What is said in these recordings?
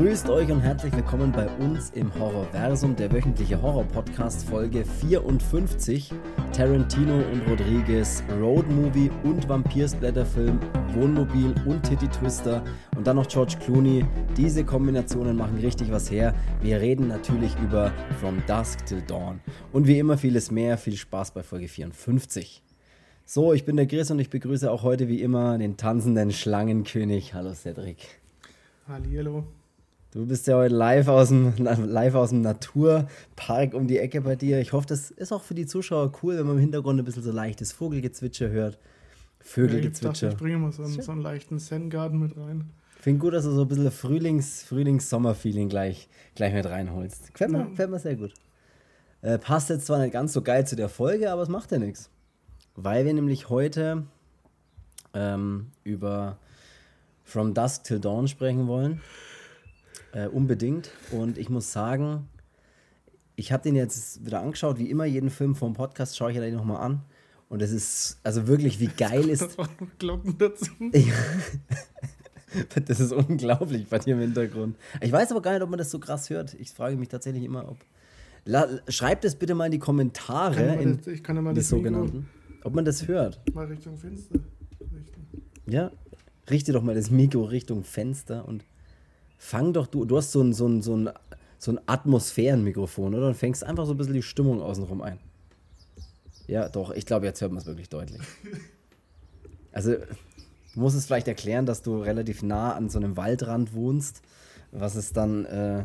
Grüßt euch und herzlich willkommen bei uns im Horrorversum, der wöchentliche Horror-Podcast Folge 54. Tarantino und Rodriguez, Roadmovie und Vampir-Splatter-Film, Wohnmobil und Titty-Twister und dann noch George Clooney. Diese Kombinationen machen richtig was her. Wir reden natürlich über From Dusk Till Dawn. Und wie immer vieles mehr. Viel Spaß bei Folge 54. So, ich bin der Chris und ich begrüße auch heute wie immer den tanzenden Schlangenkönig. Hallo Cedric. Hallihallo. Du bist ja heute live aus dem Naturpark um die Ecke bei dir. Ich hoffe, das ist auch für die Zuschauer cool, wenn man im Hintergrund ein bisschen so leichtes Vogelgezwitscher hört. Vögelgezwitscher. Ich bringe mal so einen leichten Zen-Garten mit rein. Ich finde gut, dass du so ein bisschen Frühlings-Sommer-Feeling gleich mit reinholst. Gefällt mir sehr gut. Passt jetzt zwar nicht ganz so geil zu der Folge, aber es macht ja nichts. Weil wir nämlich heute über From Dusk Till Dawn sprechen wollen. Unbedingt. Und ich muss sagen, ich habe den jetzt wieder angeschaut. Wie immer, jeden Film vom Podcast schaue ich ja nochmal an. Und es ist, also wirklich, wie geil ist... Glocken dazu. Das ist unglaublich bei dir im Hintergrund. Ich weiß aber gar nicht, ob man das so krass hört. Ich frage mich tatsächlich immer, ob... Schreibt es bitte mal in die Kommentare, ich kann ja mal die das sogenannten, ob man das hört. Mal Richtung Fenster richten. Ja, richte doch mal das Mikro Richtung Fenster und fang doch, du hast so ein Atmosphärenmikrofon, oder? Und fängst einfach so ein bisschen die Stimmung außenrum ein. Ja, doch, ich glaube, jetzt hört man es wirklich deutlich. Also, du musst es vielleicht erklären, dass du relativ nah an so einem Waldrand wohnst, was ist dann,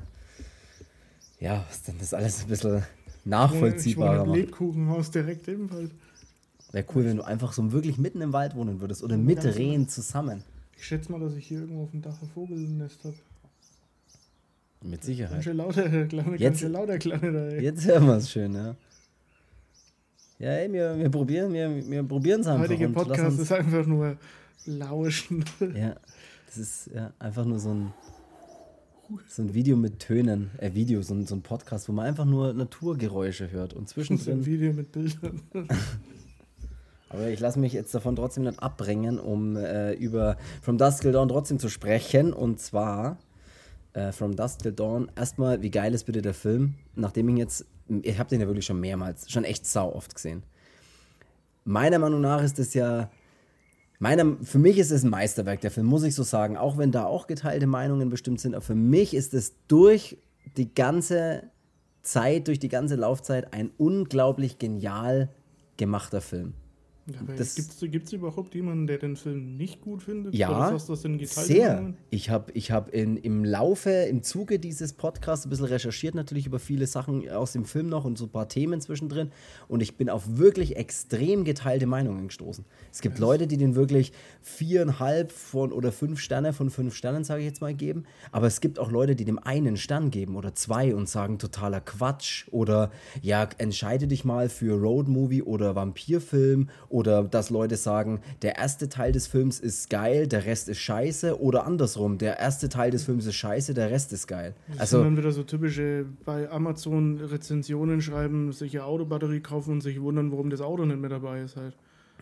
was dann das alles ein bisschen nachvollziehbarer macht. Ich wohne im macht. Lebkuchenhaus direkt im Wald. Wäre cool, wenn du einfach so wirklich mitten im Wald wohnen würdest oder mit Rehen zusammen. Ich schätze mal, dass ich hier irgendwo auf dem Dach ein Vogelnest habe. Mit Sicherheit. Ganz schön lauter Kleine da. Jetzt hören wir es schön, ja. Ja, ey, wir probieren es einfach. Der heutige Podcast ist einfach nur Lauschen. Ja, das ist ja einfach nur so ein Video mit Tönen, so ein Podcast, wo man einfach nur Naturgeräusche hört und zwischendrin... So ein Video mit Bildern. Aber ich lasse mich jetzt davon trotzdem nicht abbringen, um über From Dusk Till Dawn trotzdem zu sprechen. Und zwar From Dusk Till Dawn. Erstmal, wie geil ist bitte der Film? Nachdem ich habe den ja wirklich schon mehrmals, schon echt sau oft gesehen. Meiner Meinung nach ist es ja, für mich ist es ein Meisterwerk, der Film, muss ich so sagen. Auch wenn da auch geteilte Meinungen bestimmt sind. Aber für mich ist es durch die ganze Zeit, durch die ganze Laufzeit ein unglaublich genial gemachter Film. Ja, gibt es überhaupt jemanden, der den Film nicht gut findet? Ja, sehr. Ich hab im Zuge dieses Podcasts ein bisschen recherchiert, natürlich über viele Sachen aus dem Film noch und so ein paar Themen zwischendrin. Und ich bin auf wirklich extrem geteilte Meinungen gestoßen. Es gibt Leute, die den wirklich 4,5 oder 5 Sterne von 5 Sternen, sage ich jetzt mal, geben. Aber es gibt auch Leute, die dem einen Stern geben oder 2 und sagen, totaler Quatsch. Oder ja, entscheide dich mal für Roadmovie oder Vampirfilm. Oder dass Leute sagen, der erste Teil des Films ist geil, der Rest ist scheiße. Oder andersrum, der erste Teil des Films ist scheiße, der Rest ist geil. Das sind dann wieder so typische, bei Amazon Rezensionen schreiben, sich eine Autobatterie kaufen und sich wundern, warum das Auto nicht mehr dabei ist halt.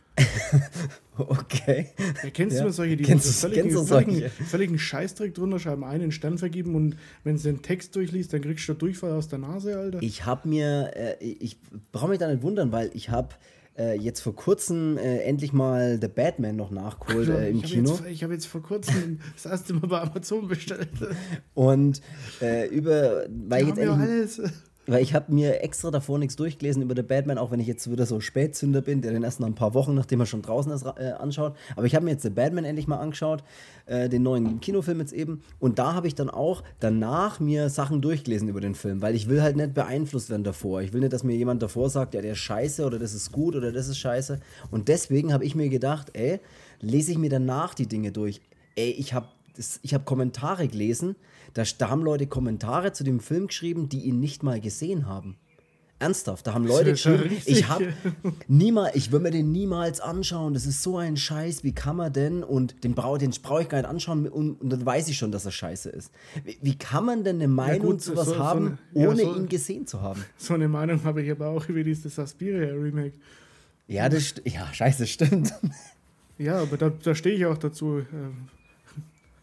Okay. Ja, kennst du solche, die völligen Scheißdreck drunter schreiben, einen Stern vergeben und wenn du den Text durchliest, dann kriegst du Durchfall aus der Nase, Alter? Ich brauche mich da nicht wundern, weil ich habe jetzt vor kurzem endlich mal The Batman noch nachgeholt im Kino. Ich habe jetzt vor kurzem das erste Mal bei Amazon bestellt. Und weil ich habe mir extra davor nichts durchgelesen über The Batman, auch wenn ich jetzt wieder so Spätzünder bin, der den erst nach ein paar Wochen, nachdem er schon draußen ist, anschaut. Aber ich habe mir jetzt The Batman endlich mal angeschaut, den neuen Kinofilm jetzt eben. Und da habe ich dann auch danach mir Sachen durchgelesen über den Film, weil ich will halt nicht beeinflusst werden davor. Ich will nicht, dass mir jemand davor sagt, ja, der ist scheiße oder das ist gut oder das ist scheiße. Und deswegen habe ich mir gedacht, lese ich mir danach die Dinge durch. Ich habe Kommentare gelesen, da haben Leute Kommentare zu dem Film geschrieben, die ihn nicht mal gesehen haben. Ernsthaft, da haben Leute geschrieben, ich will mir den niemals anschauen, das ist so ein Scheiß, wie kann man denn, und den brauche ich gar nicht anschauen und dann weiß ich schon, dass er scheiße ist. Wie kann man denn eine Meinung zu was haben, ohne ihn gesehen zu haben? So eine Meinung habe ich aber auch über dieses Suspiria-Remake. Ja, scheiße, stimmt. Ja, aber da stehe ich auch dazu.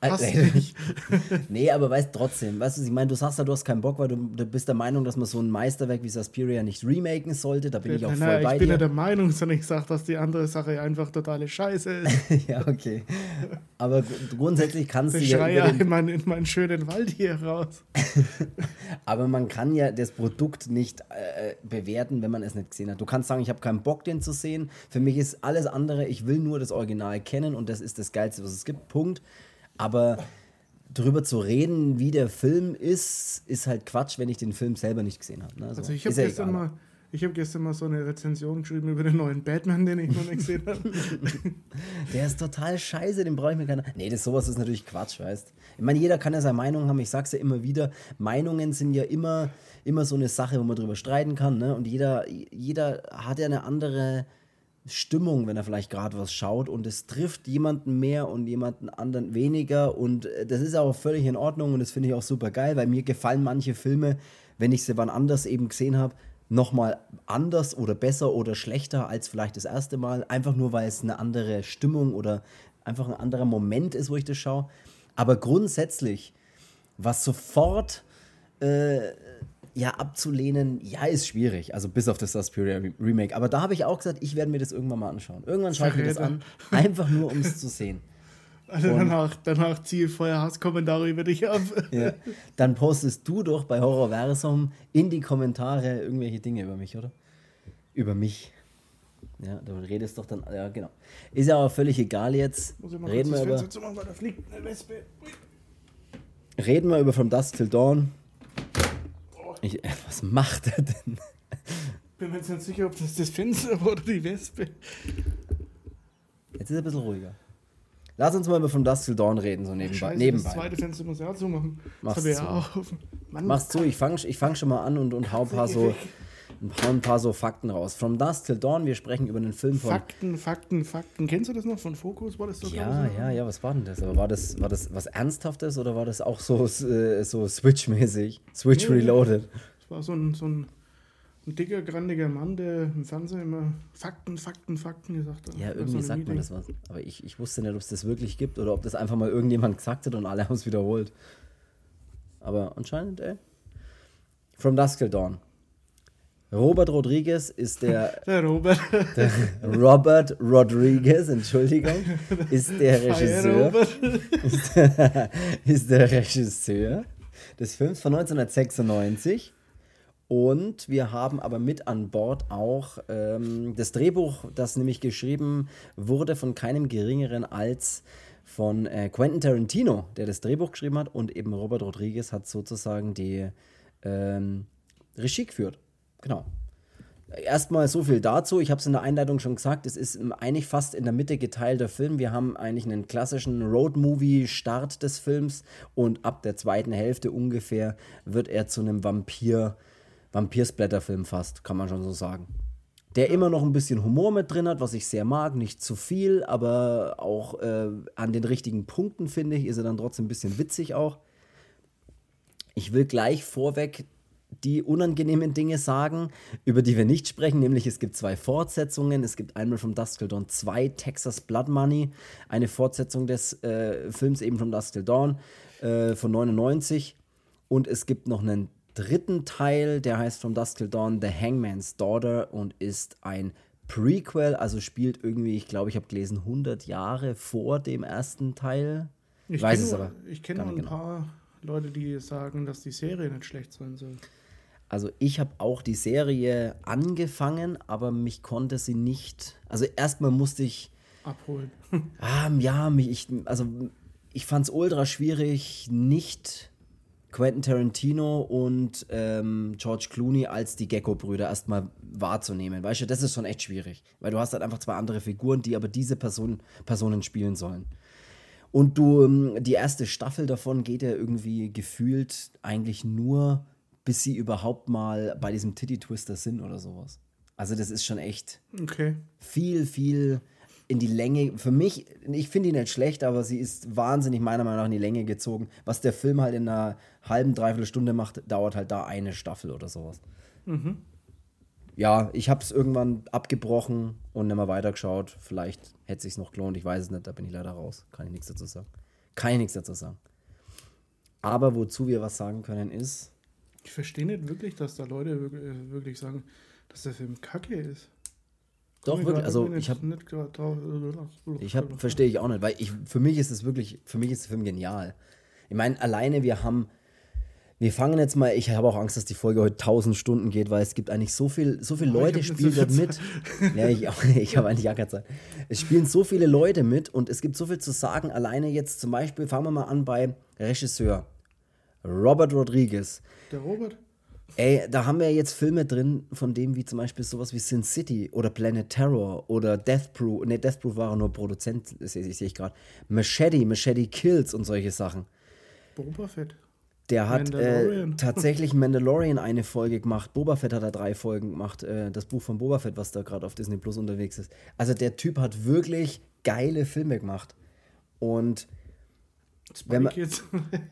Passt nicht. Nee, aber weißt trotzdem, weißt du, ich meine, du sagst ja, du hast keinen Bock, weil du bist der Meinung, dass man so ein Meisterwerk wie Suspiria nicht remaken sollte. Da bin ich auch voll bei dir. Ich bin ja der Meinung, sondern ich sage, dass die andere Sache einfach totale Scheiße ist. Ja, okay. Aber grundsätzlich kannst du ja. Ich schreie ja in meinen schönen Wald hier raus. Aber man kann ja das Produkt nicht bewerten, wenn man es nicht gesehen hat. Du kannst sagen, ich habe keinen Bock, den zu sehen. Für mich ist alles andere, ich will nur das Original kennen und das ist das Geilste, was es gibt. Punkt. Aber drüber zu reden, wie der Film ist halt Quatsch, wenn ich den Film selber nicht gesehen habe. Ne? Also ich habe gestern mal so eine Rezension geschrieben über den neuen Batman, den ich noch nicht gesehen habe. Der ist total scheiße, den brauche ich mir keiner. Nee, sowas ist natürlich Quatsch, weißt. Ich meine, jeder kann ja seine Meinung haben, ich sag's ja immer wieder, Meinungen sind ja immer so eine Sache, wo man drüber streiten kann, ne? Und jeder hat ja eine andere Stimmung, wenn er vielleicht gerade was schaut und es trifft jemanden mehr und jemanden anderen weniger und das ist auch völlig in Ordnung und das finde ich auch super geil, weil mir gefallen manche Filme, wenn ich sie wann anders eben gesehen habe, nochmal anders oder besser oder schlechter als vielleicht das erste Mal, einfach nur, weil es eine andere Stimmung oder einfach ein anderer Moment ist, wo ich das schaue. Aber grundsätzlich, was sofort abzulehnen, ist schwierig. Also bis auf das Suspiria Remake. Aber da habe ich auch gesagt, ich werde mir das irgendwann mal anschauen. Irgendwann schaue ich mir das an, einfach nur, um es zu sehen. Also danach ziehe ich vorher Hasskommentare über dich ab. Ja. Dann postest du doch bei Horrorversum in die Kommentare irgendwelche Dinge über mich, oder? Über mich. Ja, du redest doch dann, ja genau. Ist ja aber völlig egal jetzt. Muss ich mal reden wir über... Zumachen, weil da fliegt eine Wespe. Reden wir über From Dusk Till Dawn. Was macht er denn? Bin mir jetzt nicht sicher, ob das Fenster war oder die Wespe. Jetzt ist er ein bisschen ruhiger. Lass uns mal über From Dusk Till Dawn reden, so nebenbei. Das zweite Fenster muss ja zumachen. Mach's zu. Mach's zu, ich fang schon mal an und hau ein paar so Fakten raus. From Dusk Till Dawn, wir sprechen über einen Film von... Fakten. Kennst du das noch von Focus? War das so? Ja, was war denn das? Aber war das was Ernsthaftes oder war das auch so Switch-mäßig? Switch Reloaded? Das war so ein dicker, grandiger Mann, der im Fernsehen immer Fakten gesagt hat. Ja, irgendwie sagt man das was. Aber ich wusste nicht, ob es das wirklich gibt oder ob das einfach mal irgendjemand gesagt hat und alle haben es wiederholt. Aber anscheinend, From Dusk Till Dawn. Robert Rodriguez ist der Robert Rodriguez, Entschuldigung, ist der Regisseur. Ist der Regisseur des Films von 1996. Und wir haben aber mit an Bord auch das Drehbuch, das nämlich geschrieben wurde von keinem Geringeren als von Quentin Tarantino, der das Drehbuch geschrieben hat. Und eben Robert Rodriguez hat sozusagen die Regie geführt. Genau. Erstmal so viel dazu. Ich habe es in der Einleitung schon gesagt, es ist eigentlich fast in der Mitte geteilter Film. Wir haben eigentlich einen klassischen Road-Movie-Start des Films und ab der zweiten Hälfte ungefähr wird er zu einem Vampir-Splatter-Film fast, kann man schon so sagen. Der immer noch ein bisschen Humor mit drin hat, was ich sehr mag, nicht zu viel, aber auch an den richtigen Punkten, finde ich, ist er dann trotzdem ein bisschen witzig auch. Ich will gleich vorweg die unangenehmen Dinge sagen, über die wir nicht sprechen, nämlich es gibt 2 Fortsetzungen. Es gibt einmal From Dusk Till Dawn 2, Texas Blood Money, eine Fortsetzung des Films eben From Dusk Till Dawn von 99. Und es gibt noch einen dritten Teil, der heißt From Dusk Till Dawn, The Hangman's Daughter und ist ein Prequel, also spielt irgendwie, ich glaube, ich habe gelesen, 100 Jahre vor dem ersten Teil. Ich kenne nur ein paar Leute, die sagen, dass die Serie nicht schlecht sein soll. Also ich habe auch die Serie angefangen, aber mich konnte sie nicht, also erstmal musste ich abholen. Ich fand es ultra schwierig, nicht Quentin Tarantino und George Clooney als die Gecko-Brüder erstmal wahrzunehmen. Weißt du, das ist schon echt schwierig, weil du hast halt einfach 2 andere Figuren, die aber diese Personen spielen sollen. Und die erste Staffel davon geht ja irgendwie gefühlt eigentlich nur, bis sie überhaupt mal bei diesem Titty-Twister sind oder sowas. Also das ist schon echt viel in die Länge. Für mich, ich finde die nicht schlecht, aber sie ist wahnsinnig meiner Meinung nach in die Länge gezogen. Was der Film halt in einer halben, dreiviertel Stunde macht, dauert halt da eine Staffel oder sowas. Mhm. Ja, ich habe es irgendwann abgebrochen und nicht mehr weitergeschaut. Vielleicht hätte es sich noch gelohnt, ich weiß es nicht, da bin ich leider raus. Kann ich nichts dazu sagen. Kann ich nichts dazu sagen. Aber wozu wir was sagen können ist... Ich verstehe nicht wirklich, dass da Leute wirklich sagen, dass der Film kacke ist. Doch, wirklich, also verstehe ich auch nicht, weil für mich ist der Film genial. Ich meine, alleine wir fangen jetzt mal, ich habe auch Angst, dass die Folge heute 1000 Stunden geht, weil es gibt eigentlich so viele Leute spielen dort mit. Ja, ich habe eigentlich gar keine Zeit. Es spielen so viele Leute mit und es gibt so viel zu sagen. Alleine jetzt zum Beispiel, fangen wir mal an bei Regisseur Robert Rodriguez. Der Robert? Ey, da haben wir jetzt Filme drin, von dem wie zum Beispiel sowas wie Sin City oder Planet Terror oder Death Proof. Ne, Death Proof war nur Produzent, sehe ich gerade. Machete Kills und solche Sachen. Boba Fett. Der hat tatsächlich Mandalorian eine Folge gemacht. Boba Fett hat da 3 Folgen gemacht. Das Buch von Boba Fett, was da gerade auf Disney Plus unterwegs ist. Also der Typ hat wirklich geile Filme gemacht. Und wenn man jetzt.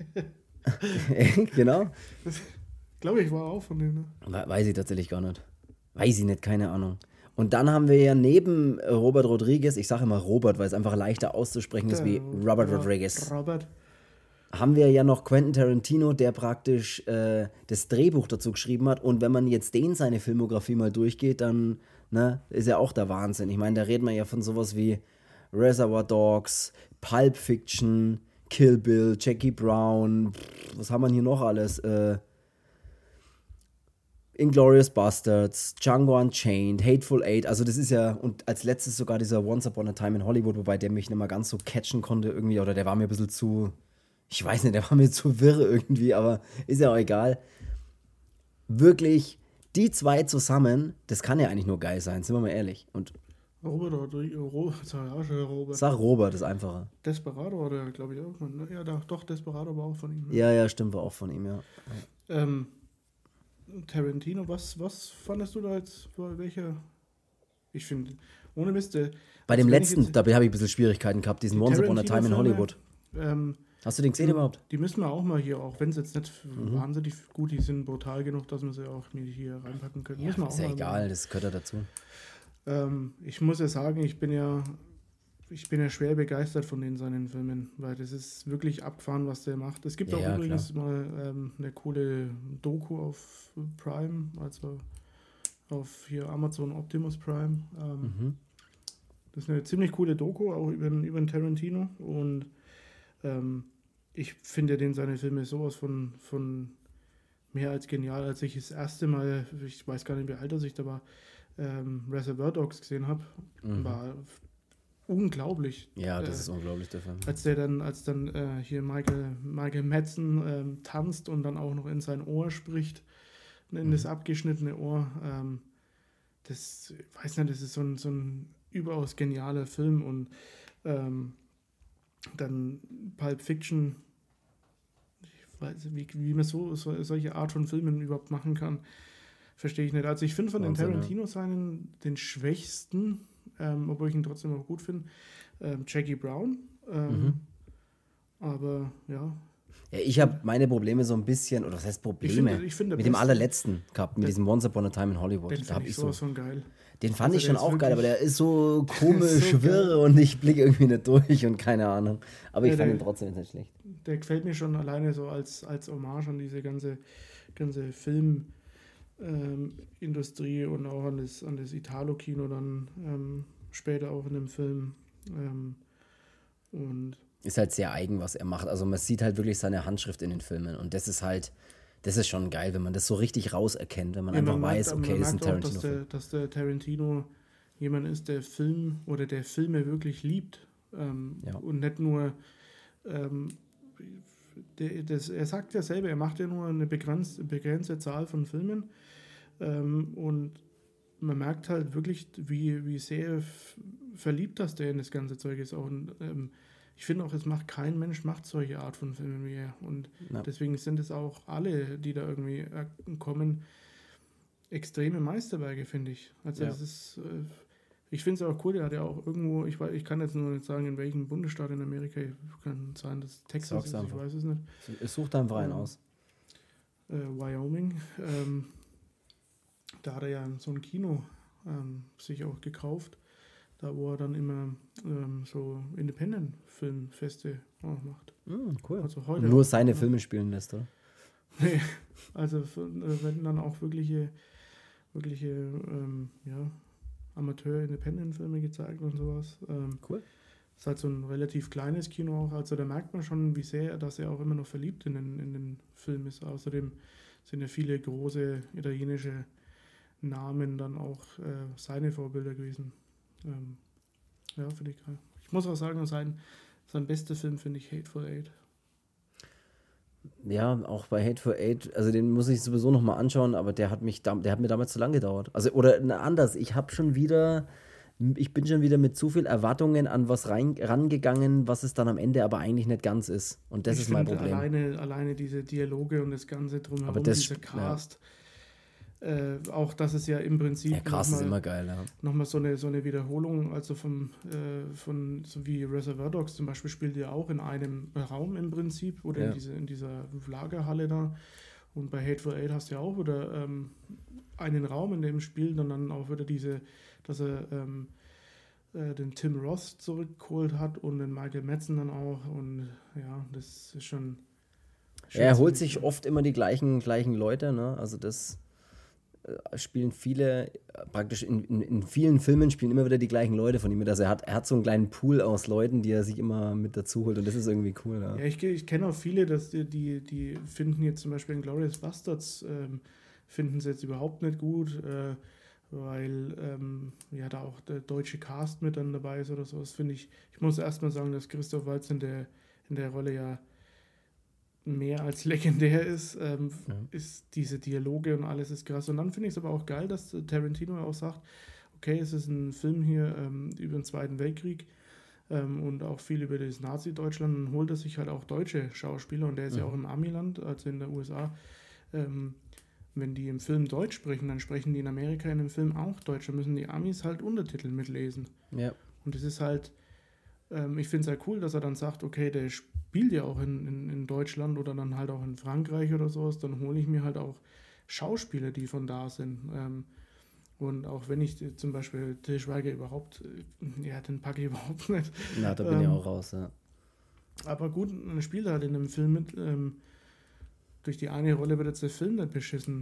Genau. Ich glaube, ich war auch von dem. Ne? Weiß ich tatsächlich gar nicht. Weiß ich nicht, keine Ahnung. Und dann haben wir ja neben Robert Rodriguez, ich sage immer Robert, weil es einfach leichter auszusprechen ist wie Robert Rodriguez. Robert. Haben wir ja noch Quentin Tarantino, der praktisch das Drehbuch dazu geschrieben hat. Und wenn man jetzt seine Filmografie mal durchgeht, dann ist ja auch der Wahnsinn. Ich meine, da reden wir ja von sowas wie Reservoir Dogs, Pulp Fiction, Kill Bill, Jackie Brown, was haben wir hier noch alles? Inglourious Basterds, Django Unchained, Hateful Eight, also das ist ja, und als letztes sogar dieser Once Upon a Time in Hollywood, wobei der mich nicht mal ganz so catchen konnte irgendwie, oder der war mir ein bisschen zu, ich weiß nicht, der war mir zu wirr irgendwie, aber ist ja auch egal. Wirklich, die 2 zusammen, das kann ja eigentlich nur geil sein, sind wir mal ehrlich. Und Robert. Sag Robert, ist einfacher. Desperado oder glaube ich auch. Ja, doch, Desperado war auch von ihm. Ja, stimmt, war auch von ihm, ja. Tarantino, was fandest du da jetzt, welcher? Ich finde, ohne Mist. Bei dem letzten, da habe ich ein bisschen Schwierigkeiten gehabt, diesen Once Upon a Time in Hollywood. Hast du den gesehen überhaupt? Die müssen wir auch mal hier, auch wenn es jetzt nicht wahnsinnig gut, die sind brutal genug, dass wir sie auch hier reinpacken können. Ja, ist ja egal, das gehört ja dazu. Ich muss ja sagen, ich bin ja schwer begeistert von seinen Filmen, weil das ist wirklich abgefahren, was der macht. Es gibt auch übrigens mal eine coole Doku auf Prime, also auf hier Amazon Optimus Prime. Das ist eine ziemlich coole Doku, auch über den Tarantino. Und ich finde seine Filme sowas von mehr als genial, als ich das erste Mal, ich weiß gar nicht, wie alt ich da war, Reservoir Dogs gesehen habe, war unglaublich. Ja, das ist unglaublich, der Film. Als dann hier Michael Madsen tanzt und dann auch noch in sein Ohr spricht, in das abgeschnittene Ohr. Das ist so ein überaus genialer Film. Und dann Pulp Fiction, ich weiß nicht, wie man solche Art von Filmen überhaupt machen kann, verstehe ich nicht. Also ich finde von den Tarantino den schwächsten, obwohl ich ihn trotzdem auch gut finde, Jackie Brown. Aber ja. Ja, ich habe meine Probleme so ein bisschen, oder was heißt Probleme? Ich finde mit dem allerletzten gehabt, mit diesem Once Upon a Time in Hollywood. Den fand ich sowas von geil. Den fand ich schon auch geil, aber der ist so komisch, so wirr und ich blicke irgendwie nicht durch und keine Ahnung. Aber ich fand ihn trotzdem nicht schlecht. Der gefällt mir schon alleine so als Hommage an diese ganze Filmindustrie und auch an das Italo-Kino dann später auch in dem Film. Und ist halt sehr eigen, was er macht. Also man sieht halt wirklich seine Handschrift in den Filmen und das ist schon geil, wenn man das so richtig rauserkennt, wenn man einfach weiß, okay, das ist ein Tarantino-Film. Dass der Tarantino jemand ist, der Filme wirklich liebt und nicht nur er sagt ja selber, er macht ja nur eine begrenzte Zahl von Filmen und man merkt halt wirklich, wie sehr verliebt das der in das ganze Zeug ist. Auch, und, ich finde auch, kein Mensch macht solche Art von Filmen wie er. Und deswegen sind es auch alle, die da irgendwie kommen, extreme Meisterwerke, finde ich. Also das ist, ich finde es auch cool, der hat ja auch irgendwo, ich kann jetzt nur nicht sagen, in welchem Bundesstaat in Amerika, kann sein, dass Texas ist, ich weiß es nicht. Ich suche da einfach einen aus. Wyoming. Da hat er ja so ein Kino sich auch gekauft, da wo er dann immer so Independent-Filmfeste macht. Cool. Also heute nur seine Filme spielen lässt, oder? Nee, also werden dann auch wirkliche Amateur-Independent-Filme gezeigt und sowas. Cool. Ist halt so ein relativ kleines Kino auch. Also da merkt man schon, wie sehr, dass er auch immer noch verliebt in den Film ist. Außerdem sind ja viele große italienische Namen dann auch seine Vorbilder gewesen. Finde ich geil. Ich muss auch sagen, sein bester Film finde ich Hateful Eight. Ja, auch bei Hateful Eight, also den muss ich sowieso nochmal anschauen, aber der hat mir damals zu lang gedauert. Also, oder anders, ich bin schon wieder mit zu viel Erwartungen an was rangegangen, was es dann am Ende aber eigentlich nicht ganz ist. Und das ist mein Problem. Alleine diese Dialoge und das Ganze drumherum, aber dieser Cast, auch dass es ja im Prinzip der Cast ist immer geil, ja. Nochmal so eine Wiederholung, also von so wie Reservoir Dogs zum Beispiel, spielt ja auch in einem Raum im Prinzip oder in dieser Lagerhalle da. Und bei Hateful Eight hast du ja auch wieder einen Raum, in dem spielt und dann auch wieder dass er den Tim Roth zurückgeholt hat und den Michael Madsen dann auch. Und ja, das ist schon. Er holt sich oft immer die gleichen Leute, ne? Also das spielen viele, praktisch in vielen Filmen spielen immer wieder die gleichen Leute von ihm mit. Also er hat so einen kleinen Pool aus Leuten, die er sich immer mit dazu holt und das ist irgendwie cool. Ja, ich kenne auch viele, dass die finden jetzt zum Beispiel Inglourious Basterds, finden sie jetzt überhaupt nicht gut, weil da auch der deutsche Cast mit dann dabei ist oder so. Das finde ich muss erstmal sagen, dass Christoph Waltz in der Rolle ja mehr als legendär ist, ist diese Dialoge und alles ist krass. Und dann finde ich es aber auch geil, dass Tarantino auch sagt, okay, es ist ein Film hier über den Zweiten Weltkrieg und auch viel über das Nazi-Deutschland. Dann holt er sich halt auch deutsche Schauspieler und der ist ja auch im Amiland, also in der USA. Wenn die im Film Deutsch sprechen, dann sprechen die in Amerika in dem Film auch Deutsch. Da müssen die Amis halt Untertitel mitlesen. Ja. Und das ist halt, ich finde es halt cool, dass er dann sagt, okay, der spielt ja auch in Deutschland oder dann halt auch in Frankreich oder sowas, dann hole ich mir halt auch Schauspieler, die von da sind. Und auch wenn ich zum Beispiel Til Schweiger überhaupt, den packe ich überhaupt nicht. Na, da bin ich auch raus, ja. Aber gut, man spielt halt in einem Film mit, durch die eine Rolle wird jetzt der Film nicht beschissen.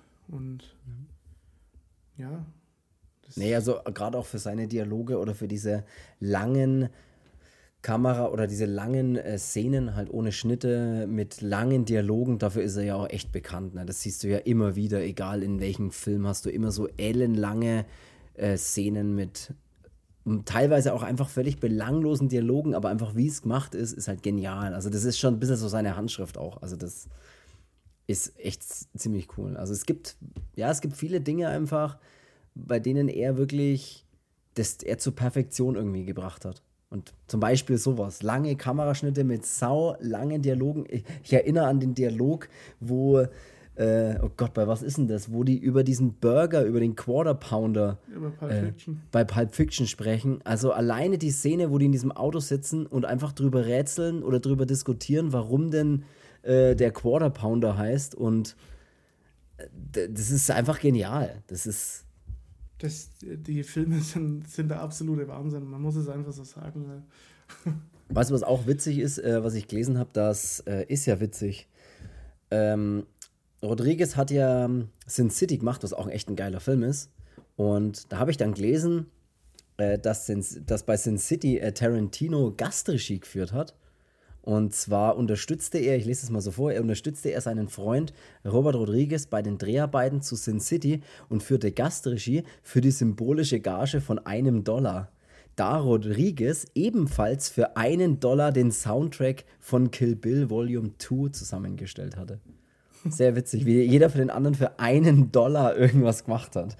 Ja. Nee, also gerade auch für seine Dialoge oder für diese langen Kamera oder diese langen Szenen halt ohne Schnitte mit langen Dialogen, dafür ist er ja auch echt bekannt. Ne? Das siehst du ja immer wieder, egal in welchem Film hast du immer so ellenlange Szenen mit teilweise auch einfach völlig belanglosen Dialogen, aber einfach wie es gemacht ist halt genial. Also das ist schon ein bisschen so seine Handschrift auch. Also das ist echt ziemlich cool. Also es gibt viele Dinge einfach, bei denen er wirklich er zur Perfektion irgendwie gebracht hat. Und zum Beispiel sowas, lange Kameraschnitte mit langen Dialogen. Ich erinnere an den Dialog, wo, oh Gott, bei was ist denn das? Wo die über diesen Burger, über den Quarter Pounder bei Pulp Fiction sprechen. Also alleine die Szene, wo die in diesem Auto sitzen und einfach drüber rätseln oder drüber diskutieren, warum denn der Quarter Pounder heißt. Und das ist einfach genial. Die Filme sind der absolute Wahnsinn. Man muss es einfach so sagen. Weißt du, was auch witzig ist, was ich gelesen habe? Das ist ja witzig. Rodriguez hat ja Sin City gemacht, was auch echt ein geiler Film ist. Und da habe ich dann gelesen, dass bei Sin City Tarantino Gastregie geführt hat. Und zwar ich lese es mal so vor, unterstützte er seinen Freund Robert Rodriguez bei den Dreharbeiten zu Sin City und führte Gastregie für die symbolische Gage von $1, da Rodriguez ebenfalls für $1 den Soundtrack von Kill Bill Volume 2 zusammengestellt hatte. Sehr witzig, wie jeder für den anderen für $1 irgendwas gemacht hat.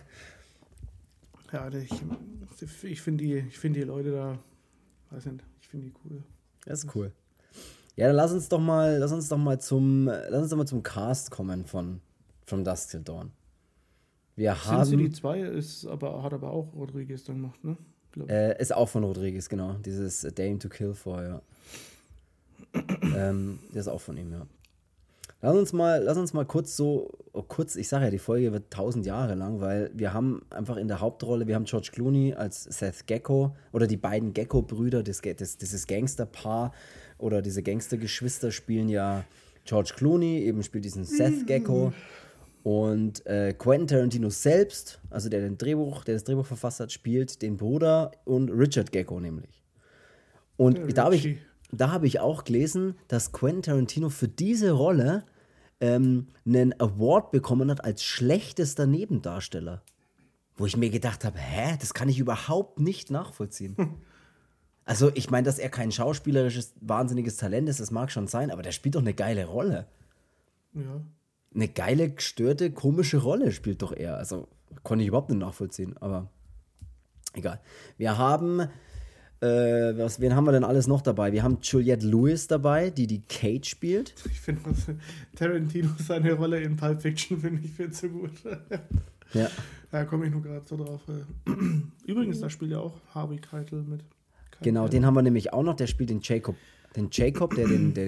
Ja, ich finde die Leute da, weiß nicht, ich finde die cool. Das ist cool. Ja, dann lass uns doch mal zum Cast kommen von From Dusk Till Dawn. Sin City 2 hat aber auch Rodriguez dann gemacht, ne? Ist auch von Rodriguez, genau. Dieses Dame to Kill For, ja. Das ist auch von ihm, ja. Lass uns mal kurz, ich sage ja, die Folge wird 1000 Jahre lang, weil wir haben einfach in der Hauptrolle, wir haben George Clooney als Seth Gecko oder die beiden Gecko-Brüder, dieses Gangsterpaar oder diese Gangstergeschwister spielen ja George Clooney, eben spielt diesen Seth Gecko und Quentin Tarantino selbst, also der das Drehbuch verfasst hat, spielt den Bruder und Richard Gecko nämlich. Und da habe ich auch gelesen, dass Quentin Tarantino für diese Rolle einen Award bekommen hat als schlechtester Nebendarsteller. Wo ich mir gedacht habe, das kann ich überhaupt nicht nachvollziehen. Also ich meine, dass er kein schauspielerisches, wahnsinniges Talent ist, das mag schon sein, aber der spielt doch eine geile Rolle. Ja. Eine geile, gestörte, komische Rolle spielt doch er. Also konnte ich überhaupt nicht nachvollziehen, aber egal. Wir haben wen haben wir denn alles noch dabei? Wir haben Juliette Lewis dabei, die Kate spielt. Ich finde Tarantino seine Rolle in Pulp Fiction finde ich viel zu gut. Ja. Da komme ich nur gerade so drauf. Übrigens, da spielt ja auch Harvey Keitel mit. Genau, den haben wir nämlich auch noch. Der spielt den Jacob, der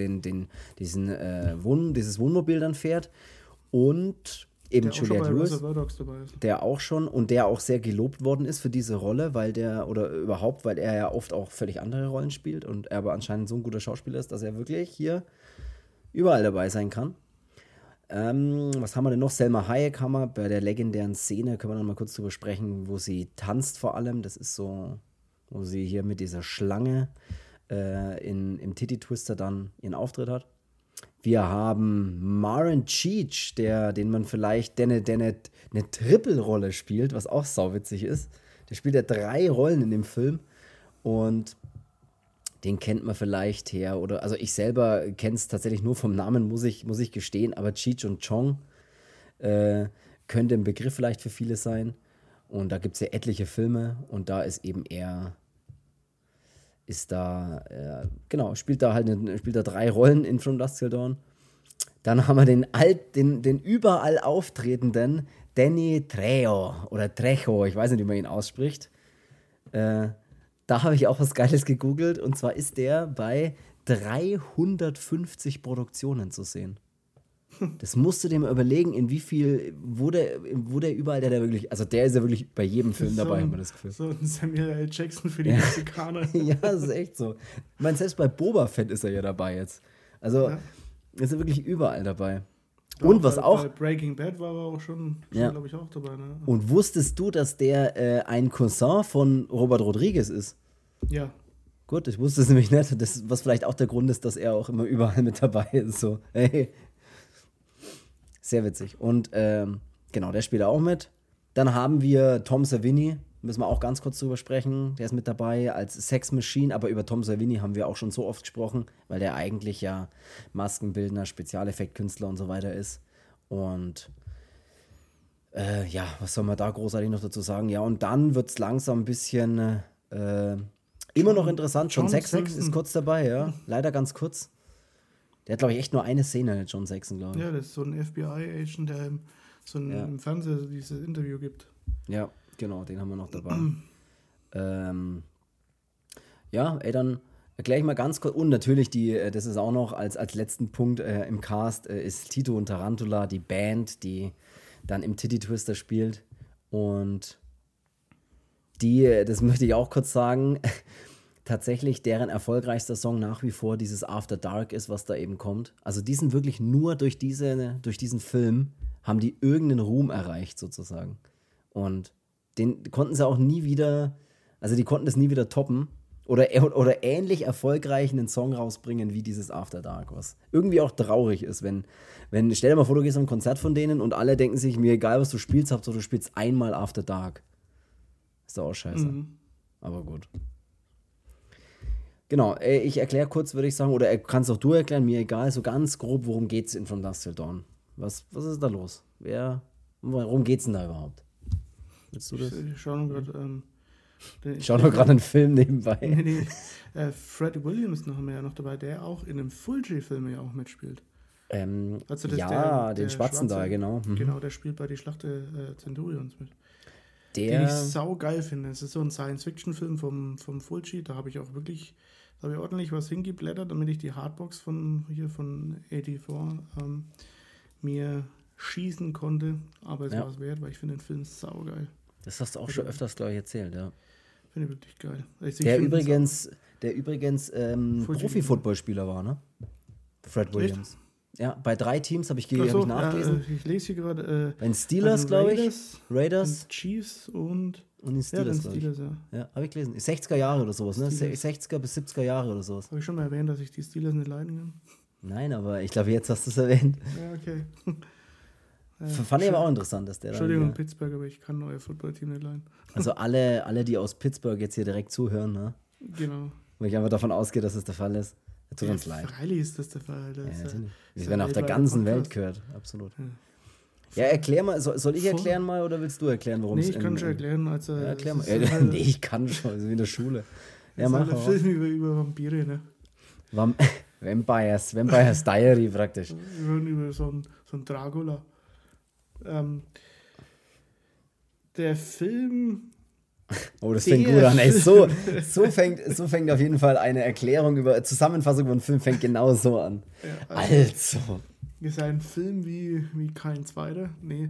dieses Wohnmobil dann fährt. Und eben Juliette Lewis, der auch schon und der auch sehr gelobt worden ist für diese Rolle, weil er ja oft auch völlig andere Rollen spielt und er aber anscheinend so ein guter Schauspieler ist, dass er wirklich hier überall dabei sein kann. Was haben wir denn noch? Selma Hayek haben wir bei der legendären Szene, können wir noch mal kurz drüber sprechen, wo sie tanzt vor allem. Das ist so, wo sie hier mit dieser Schlange im Titty-Twister dann ihren Auftritt hat. Wir haben Maren Cheech, den man vielleicht, der eine Triple-Rolle spielt, was auch sauwitzig ist. Der spielt ja 3 Rollen in dem Film und den kennt man vielleicht her. Also ich selber kenne es tatsächlich nur vom Namen, muss ich gestehen, aber Cheech und Chong könnte ein Begriff vielleicht für viele sein. Und da gibt es ja etliche Filme und da ist eben spielt da 3 Rollen in From Dusk Till Dawn. Dann haben wir den überall auftretenden Danny Trejo, ich weiß nicht, wie man ihn ausspricht. Da habe ich auch was Geiles gegoogelt und zwar ist der bei 350 Produktionen zu sehen. Das musst du dir mal überlegen, in wie viel, wo der überall, der wirklich, also der ist ja wirklich bei jedem Film dabei, haben wir das Gefühl. So ein Samuel L. Jackson für die Mexikaner. Ja, das ist echt so. Ich meine, selbst bei Boba Fett ist er ja dabei jetzt. Also, ist er wirklich überall dabei. Ja, und was auch... Bei Breaking Bad war er auch schon glaube ich, auch dabei. Ne? Und wusstest du, dass der ein Cousin von Robert Rodriguez ist? Ja. Gut, ich wusste es nämlich nicht. Was vielleicht auch der Grund ist, dass er auch immer überall mit dabei ist. So, hey. Sehr witzig. Und genau, der spielt auch mit. Dann haben wir Tom Savini, müssen wir auch ganz kurz drüber sprechen. Der ist mit dabei als Sex Machine, aber über Tom Savini haben wir auch schon so oft gesprochen, weil der eigentlich ja Maskenbildner, Spezialeffektkünstler und so weiter ist. Und was soll man da großartig noch dazu sagen? Ja, und dann wird es langsam ein bisschen immer noch interessant. John Saxon ist kurz dabei, ja. Leider ganz kurz. Der hat, glaube ich, echt nur eine Szene, John Saxon, glaube ich. Ja, das ist so ein FBI-Agent, der im Fernsehen dieses Interview gibt. Ja, genau, den haben wir noch dabei. Dann erkläre ich mal ganz kurz. Und natürlich, das ist auch noch als letzten Punkt im Cast, ist Tito und Tarantula, die Band, die dann im Titty Twister spielt. Und das möchte ich auch kurz sagen, tatsächlich deren erfolgreichster Song nach wie vor dieses After Dark ist, was da eben kommt. Also die sind wirklich nur durch diesen Film haben die irgendeinen Ruhm erreicht sozusagen. Und den konnten sie auch nie wieder, also die konnten das nie wieder toppen oder ähnlich erfolgreich einen Song rausbringen wie dieses After Dark, was irgendwie auch traurig ist, wenn stell dir mal vor, du gehst auf ein Konzert von denen und alle denken sich, mir egal was du spielst, Hauptsache du spielst einmal After Dark. Ist doch auch scheiße. Mhm. Aber gut. Genau, ich erkläre kurz, würde ich sagen, oder kannst auch du erklären, mir egal, so ganz grob, worum geht's in From Dusk Till Dawn? Was ist da los? Worum geht's denn da überhaupt? Willst du das? Ich schaue gerade einen Film nebenbei. Nee. Fred Williams noch dabei, der auch in einem Fulci-Film ja auch mitspielt. Den Schwarzen da, genau. Genau, der spielt bei die Schlacht der Centurions mit. den ich saugeil finde. Es ist so ein Science-Fiction-Film vom Fulci. Da habe ich auch wirklich, ordentlich was hingeblättert, damit ich die Hardbox von 84 mir schießen konnte. Aber es war es wert, weil ich finde den Film saugeil. Das hast du auch schon öfters, glaube ich, erzählt, ja. Finde ich wirklich geil. Der übrigens Profi-Footballspieler war, ne? Fred Williams. Echt? Ja, bei 3 Teams habe ich nachgelesen. Ich lese hier gerade. Bei den Steelers, glaube ich. Raiders. Chiefs und den Steelers, ja, habe ich gelesen. 60er Jahre oder sowas, ne? 60er bis 70er Jahre oder sowas. Habe ich schon mal erwähnt, dass ich die Steelers nicht leiden kann? Nein, aber ich glaube, jetzt hast du es erwähnt. Ja, okay. Fand ich aber auch interessant, dass der Entschuldigung, Pittsburgh, aber ich kann euer Footballteam nicht leiden. Also alle, die aus Pittsburgh jetzt hier direkt zuhören, ne? Genau. Weil ich einfach davon ausgehe, dass es der Fall ist. Tut uns leid. Freilich ist das der Fall. Wir werden auf der ganzen Welt gehört, absolut. Ja, erklär mal, soll ich erklären mal oder willst du erklären, worum es geht? Nee, ich kann schon erklären. Also, ja, erklär mal. Nee, ich kann schon, also wie in der Schule. Ja, mach mal. Film über Vampire, ne? Vampires Diary praktisch. Über so ein Dracula. Der Film... Oh, das fängt gut an. Ey, so fängt auf jeden Fall eine Erklärung Zusammenfassung von einem Film fängt genau so an. Ja, also. Ist ein Film wie kein zweiter. Nee.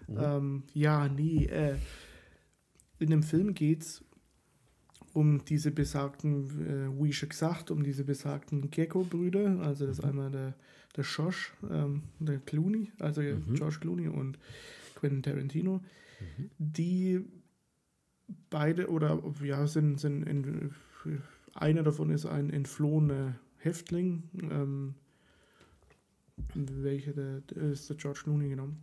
In dem Film geht's um diese besagten, wie schon gesagt, um diese besagten Gecko-Brüder. Also das ist einmal der Josh, der Clooney, also George Clooney und Quentin Tarantino, die beide sind einer davon ist ein entflohener Häftling, welcher ist der George Clooney genommen.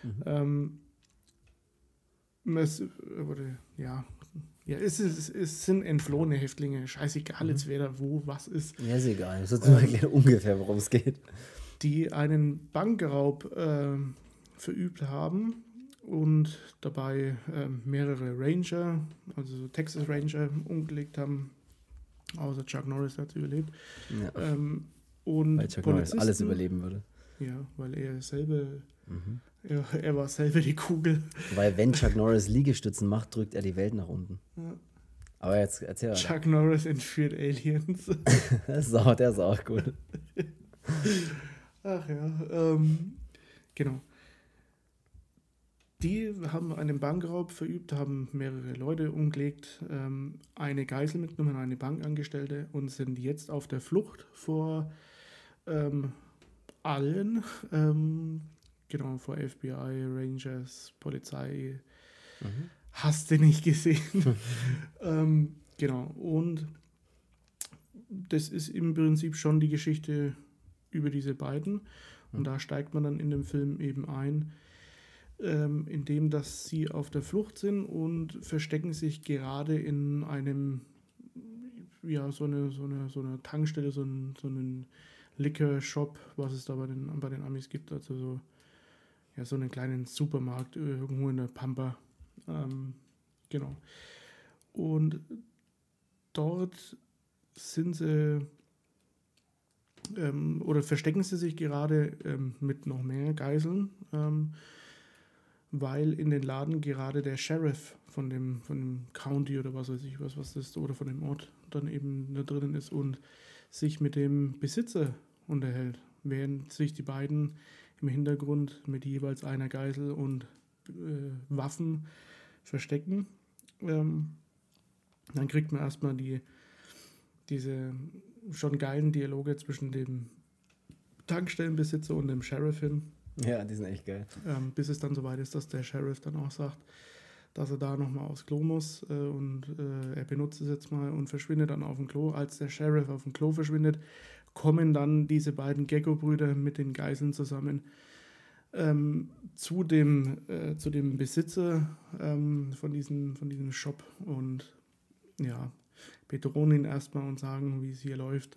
Es sind entflohene Häftlinge, scheißegal jetzt wer da wo was ist. Ja, ist egal, das ist nur erklären ungefähr, worum es geht. Die einen Bankraub verübt haben und dabei mehrere Ranger, also so Texas Ranger, umgelegt haben. Außer Chuck Norris hat überlebt. Ja. Und weil Chuck Norris alles überleben würde. Ja, weil er selber, er war selber die Kugel. Weil wenn Chuck Norris Liegestützen macht, drückt er die Welt nach unten. Ja. Aber jetzt erzähl mal. Chuck Norris entführt Aliens. Der ist auch gut. Ach ja, genau. Die haben einen Bankraub verübt, haben mehrere Leute umgelegt, eine Geisel mitgenommen, eine Bankangestellte und sind jetzt auf der Flucht vor allen, vor FBI, Rangers, Polizei, hast du nicht gesehen. Und das ist im Prinzip schon die Geschichte über diese beiden und da steigt man dann in dem Film eben ein, indem dass sie auf der Flucht sind und verstecken sich gerade in einem, so eine Tankstelle, so einen Liquor-Shop, was es da bei den Amis gibt, also so einen kleinen Supermarkt irgendwo in der Pampa. Und dort sind sie oder verstecken sie sich gerade mit noch mehr Geiseln, weil in den Laden gerade der Sheriff von dem County oder was weiß ich was das ist, oder von dem Ort dann eben da drinnen ist und sich mit dem Besitzer unterhält, während sich die beiden im Hintergrund mit jeweils einer Geisel und Waffen verstecken. Dann kriegt man erstmal diese schon geilen Dialoge zwischen dem Tankstellenbesitzer und dem Sheriff hin. Ja, die sind echt geil. Bis es dann soweit ist, dass der Sheriff dann auch sagt, dass er da nochmal aufs Klo muss und er benutzt es jetzt mal und verschwindet dann auf dem Klo. Als der Sheriff auf dem Klo verschwindet, kommen dann diese beiden Gecko-Brüder mit den Geiseln zusammen zu dem Besitzer von diesem Shop und bedrohen ihn erstmal und sagen, wie es hier läuft.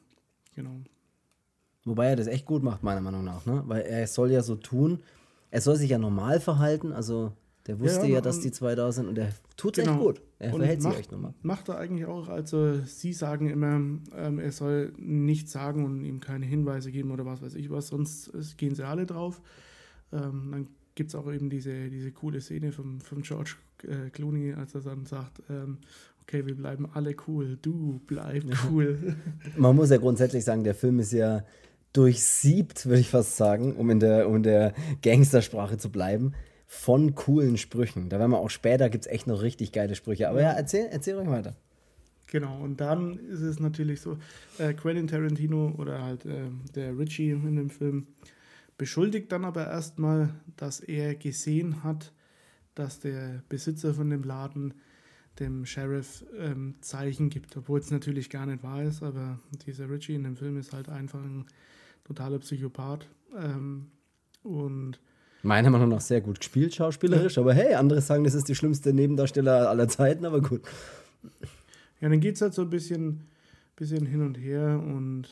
Wobei er das echt gut macht, meiner Meinung nach, ne? Weil er soll ja so tun, er soll sich ja normal verhalten, also der wusste dass die zwei da sind und er tut es echt gut. Er verhält sich echt normal. Macht er eigentlich auch, also sie sagen immer, er soll nichts sagen und ihm keine Hinweise geben oder was weiß ich was, sonst gehen sie alle drauf. Dann gibt es auch eben diese coole Szene vom George Clooney, als er dann sagt, okay, wir bleiben alle cool, du bleib cool. Man muss ja grundsätzlich sagen, der Film ist ja durchsiebt, würde ich fast sagen, um in der Gangstersprache zu bleiben, von coolen Sprüchen. Da werden wir auch später, gibt es echt noch richtig geile Sprüche. Aber ja, erzähl ruhig weiter. Genau, und dann ist es natürlich so, Quentin Tarantino oder halt der Richie in dem Film beschuldigt dann aber erstmal, dass er gesehen hat, dass der Besitzer von dem Laden dem Sheriff Zeichen gibt, obwohl es natürlich gar nicht wahr ist, aber dieser Richie in dem Film ist halt einfach ein totaler Psychopath und meiner Meinung nach sehr gut gespielt, schauspielerisch, aber hey, andere sagen, das ist die schlimmste Nebendarsteller aller Zeiten, aber gut. Ja, dann geht es halt so ein bisschen hin und her und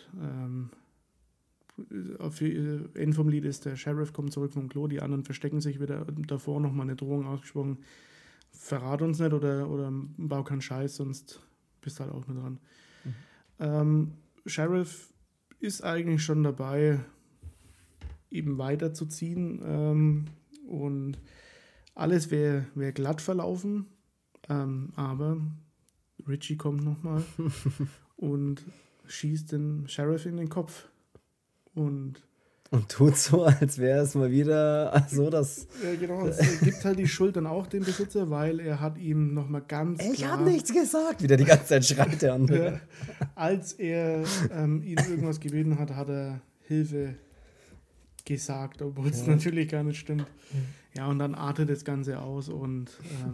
auf Ende vom Lied ist, der Sheriff kommt zurück vom Klo, die anderen verstecken sich wieder, davor nochmal eine Drohung ausgesprochen, verrat uns nicht oder bau keinen Scheiß, sonst bist du halt auch mit dran. Sheriff ist eigentlich schon dabei, eben weiterzuziehen und alles wäre glatt verlaufen, aber Richie kommt nochmal und schießt den Sheriff in den Kopf. Und tut so, als wäre es mal wieder so, dass... Ja, genau. Es gibt halt die Schuld dann auch dem Besitzer, weil er hat ihm nochmal ganz klar... Ich habe nichts gesagt! Wieder die ganze Zeit schreit der andere. Als er ihn irgendwas gebeten hat, hat er Hilfe gesagt, obwohl es natürlich gar nicht stimmt. Ja, und dann artet das Ganze aus und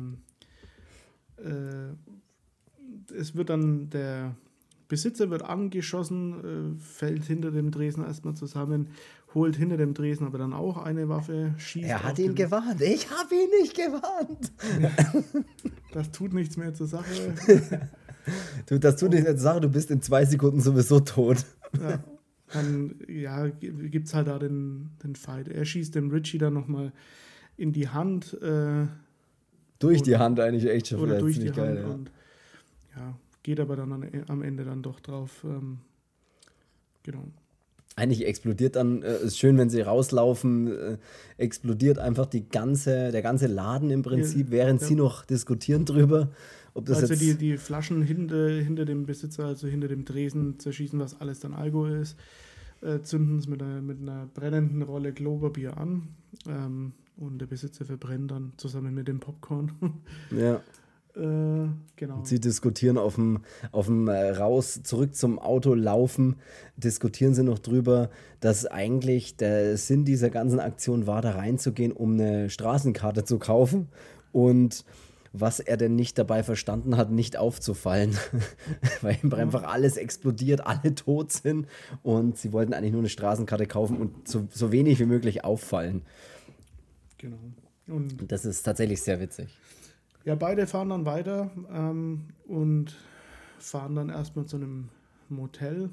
es wird dann der Besitzer wird angeschossen, fällt hinter dem Dresen erstmal zusammen, holt hinter dem Dresen aber dann auch eine Waffe, schießt. Er hat ihn gewarnt. Ich habe ihn nicht gewarnt. Das tut nichts mehr zur Sache. Das tut nichts mehr zur Sache. Du bist in 2 Sekunden sowieso tot. Ja, dann gibt es halt da den Fight. Er schießt dem Richie dann nochmal in die Hand. Durch die Hand eigentlich echt schon. Oder durch die Hand. Ja. Und geht aber dann am Ende dann doch drauf. Genau. Eigentlich explodiert dann, ist schön, wenn sie rauslaufen, explodiert einfach der ganze Laden im Prinzip, während sie noch diskutieren drüber. Ob das also die Flaschen hinter dem Besitzer, also hinter dem Tresen zerschießen, was alles dann Alkohol ist, zünden es mit einer brennenden Rolle Klopapier an und der Besitzer verbrennt dann zusammen mit dem Popcorn. Ja. Genau. Sie diskutieren auf dem raus, zurück zum Auto laufen, diskutieren sie noch drüber, dass eigentlich der Sinn dieser ganzen Aktion war, da reinzugehen, um eine Straßenkarte zu kaufen und was er denn nicht dabei verstanden hat, nicht aufzufallen, weil ihm einfach alles explodiert, alle tot sind und sie wollten eigentlich nur eine Straßenkarte kaufen und so wenig wie möglich auffallen. Genau. Und das ist tatsächlich sehr witzig. Ja, beide fahren dann weiter und fahren dann erstmal zu einem Motel,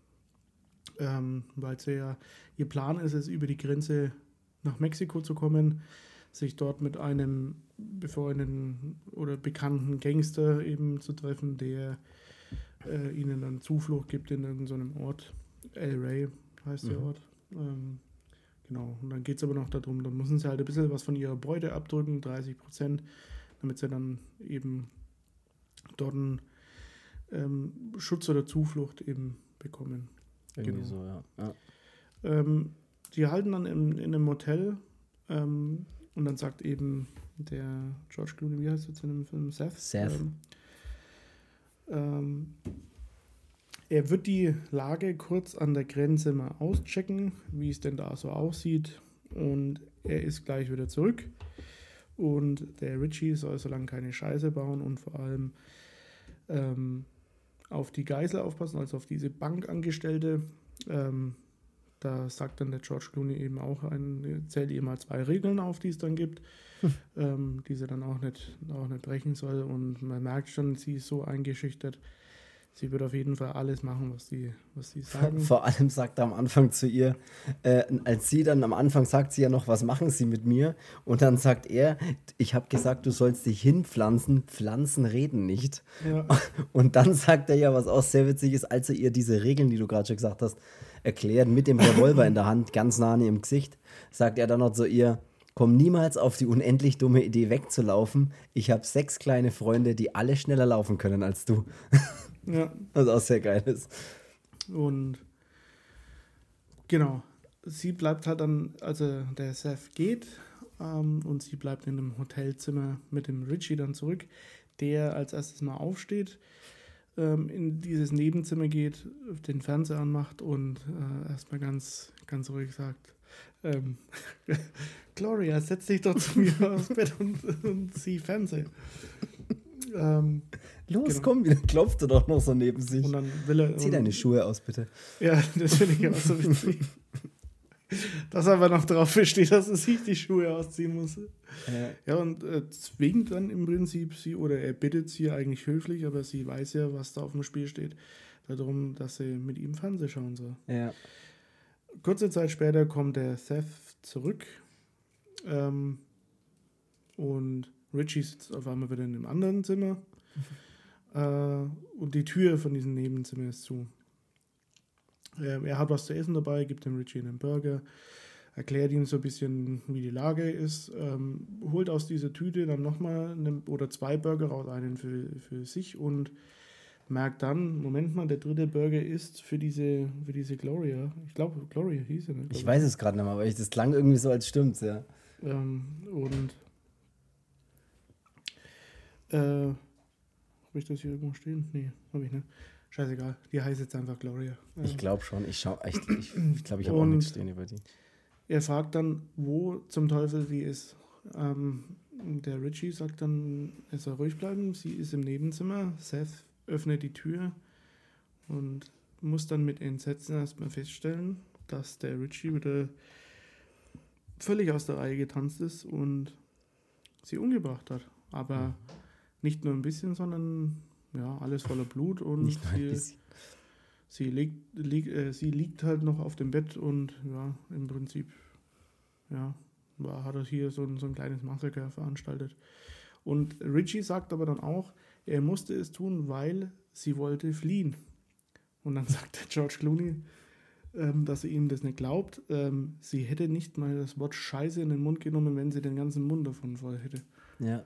weil ihr Plan ist es, über die Grenze nach Mexiko zu kommen, sich dort mit einem befreundeten oder bekannten Gangster eben zu treffen, der ihnen dann Zuflucht gibt in irgendeinem Ort. El Rey heißt der Ort. Genau, und dann geht es aber noch darum, da müssen sie halt ein bisschen was von ihrer Beute abdrücken, 30%, damit sie dann eben dort einen Schutz oder Zuflucht eben bekommen. Irgendwie so, ja. Die halten dann in einem Motel und dann sagt eben der George Clooney, wie heißt es in dem Film? Seth. Er wird die Lage kurz an der Grenze mal auschecken, wie es denn da so aussieht, und er ist gleich wieder zurück. Und der Richie soll so lange keine Scheiße bauen und vor allem auf die Geisel aufpassen, also auf diese Bankangestellte. Da sagt dann der George Clooney eben auch, zählt ihr mal 2 Regeln auf, die es dann gibt, die sie dann auch nicht brechen soll. Und man merkt schon, sie ist so eingeschüchtert. Sie wird auf jeden Fall alles machen, was sie sagen. Vor allem sagt er am Anfang zu ihr, als sie dann am Anfang sagt sie ja noch, was machen Sie mit mir? Und dann sagt er, ich habe gesagt, du sollst dich hinpflanzen, Pflanzen reden nicht. Ja. Und dann sagt er ja, was auch sehr witzig ist, als er ihr diese Regeln, die du gerade schon gesagt hast, erklärt, mit dem Revolver in der Hand, ganz nah an ihrem Gesicht, sagt er dann noch zu ihr, komm niemals auf die unendlich dumme Idee wegzulaufen. Ich habe 6 kleine Freunde, die alle schneller laufen können als du. Ja. Was auch sehr geil ist. Und genau, sie bleibt halt dann, also der Seth geht und sie bleibt in einem Hotelzimmer mit dem Richie dann zurück, der als erstes mal aufsteht, in dieses Nebenzimmer geht, den Fernseher anmacht und erstmal ganz, ganz ruhig sagt, Gloria, setz dich doch zu mir aufs Bett und sieh Fernsehen. Los, genau. komm, wieder klopft er doch noch so neben sich. Und dann will er. Zieh deine Schuhe aus, bitte. Ja, das finde ich auch so witzig. Dass er aber noch drauf besteht, dass er sich die Schuhe ausziehen muss. Ja, und zwingt dann im Prinzip sie, oder er bittet sie eigentlich höflich, aber sie weiß ja, was da auf dem Spiel steht, darum, dass sie mit ihm Fernsehen schauen soll. Ja. Kurze Zeit später kommt der Seth zurück und Richie sitzt auf einmal wieder in einem anderen Zimmer und die Tür von diesem Nebenzimmer ist zu. Er hat was zu essen dabei, gibt dem Richie einen Burger, erklärt ihm so ein bisschen, wie die Lage ist, holt aus dieser Tüte dann nochmal oder 2 Burger raus, einen für sich und merkt dann, Moment mal, der 3. Burger ist für diese Gloria. Ich glaube, Gloria hieß sie, ne? Ich weiß es gerade nicht mehr, aber das klang irgendwie so, als stimmt's, ja. Und habe ich das hier irgendwo stehen? Nee, habe ich nicht. Scheißegal, die heißt jetzt einfach Gloria. Ich glaube schon, ich glaube, ich habe auch nichts stehen über die. Er fragt dann, wo zum Teufel sie ist. Der Richie sagt dann, er soll ruhig bleiben, sie ist im Nebenzimmer. Seth öffnet die Tür und muss dann mit Entsetzen erstmal feststellen, dass der Richie wieder völlig aus der Reihe getanzt ist und sie umgebracht hat. Aber nicht nur ein bisschen, sondern ja, alles voller Blut und sie liegt halt noch auf dem Bett und ja, im Prinzip ja, hat er hier so ein kleines Massaker veranstaltet. Und Richie sagt aber dann auch, er musste es tun, weil sie wollte fliehen. Und dann sagt der George Clooney, dass er ihm das nicht glaubt. Sie hätte nicht mal das Wort Scheiße in den Mund genommen, wenn sie den ganzen Mund davon voll hätte. Ja.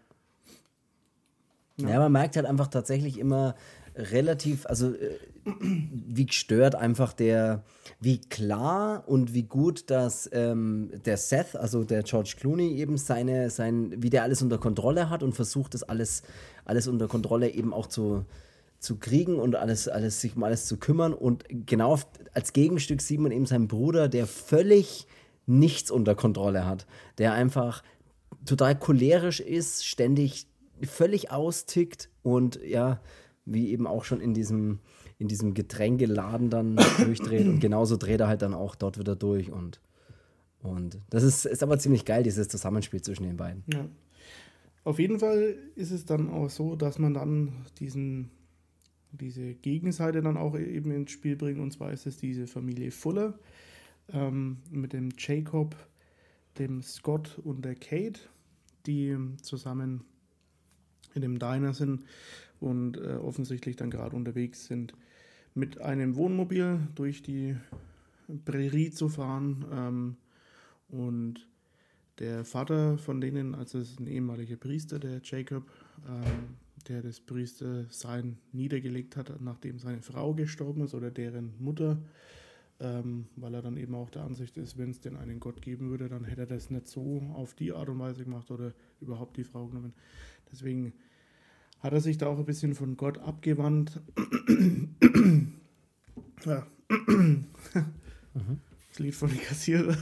Ja, man merkt halt einfach tatsächlich immer relativ, also wie gestört einfach wie klar und wie gut, dass der Seth, also der George Clooney eben wie der alles unter Kontrolle hat und versucht, das alles unter Kontrolle eben auch zu kriegen und sich um alles zu kümmern. Und genau als Gegenstück sieht man eben seinen Bruder, der völlig nichts unter Kontrolle hat, der einfach total cholerisch ist, ständig völlig austickt und ja, wie eben auch schon in diesem Getränkeladen dann durchdreht und genauso dreht er halt dann auch dort wieder durch und das ist aber ziemlich geil, dieses Zusammenspiel zwischen den beiden. Ja. Auf jeden Fall ist es dann auch so, dass man dann diese Gegenseite dann auch eben ins Spiel bringt, und zwar ist es diese Familie Fuller mit dem Jacob, dem Scott und der Kate, die zusammen in dem Diner sind und offensichtlich dann gerade unterwegs sind, mit einem Wohnmobil durch die Prärie zu fahren. Und der Vater von denen, also es ist ein ehemaliger Priester, der Jacob, der das Priestersein niedergelegt hat, nachdem seine Frau gestorben ist oder deren Mutter, weil er dann eben auch der Ansicht ist, wenn es denn einen Gott geben würde, dann hätte er das nicht so auf die Art und Weise gemacht oder überhaupt die Frau genommen. Deswegen hat er sich da auch ein bisschen von Gott abgewandt. Ja. Das Lied von den Kassierer.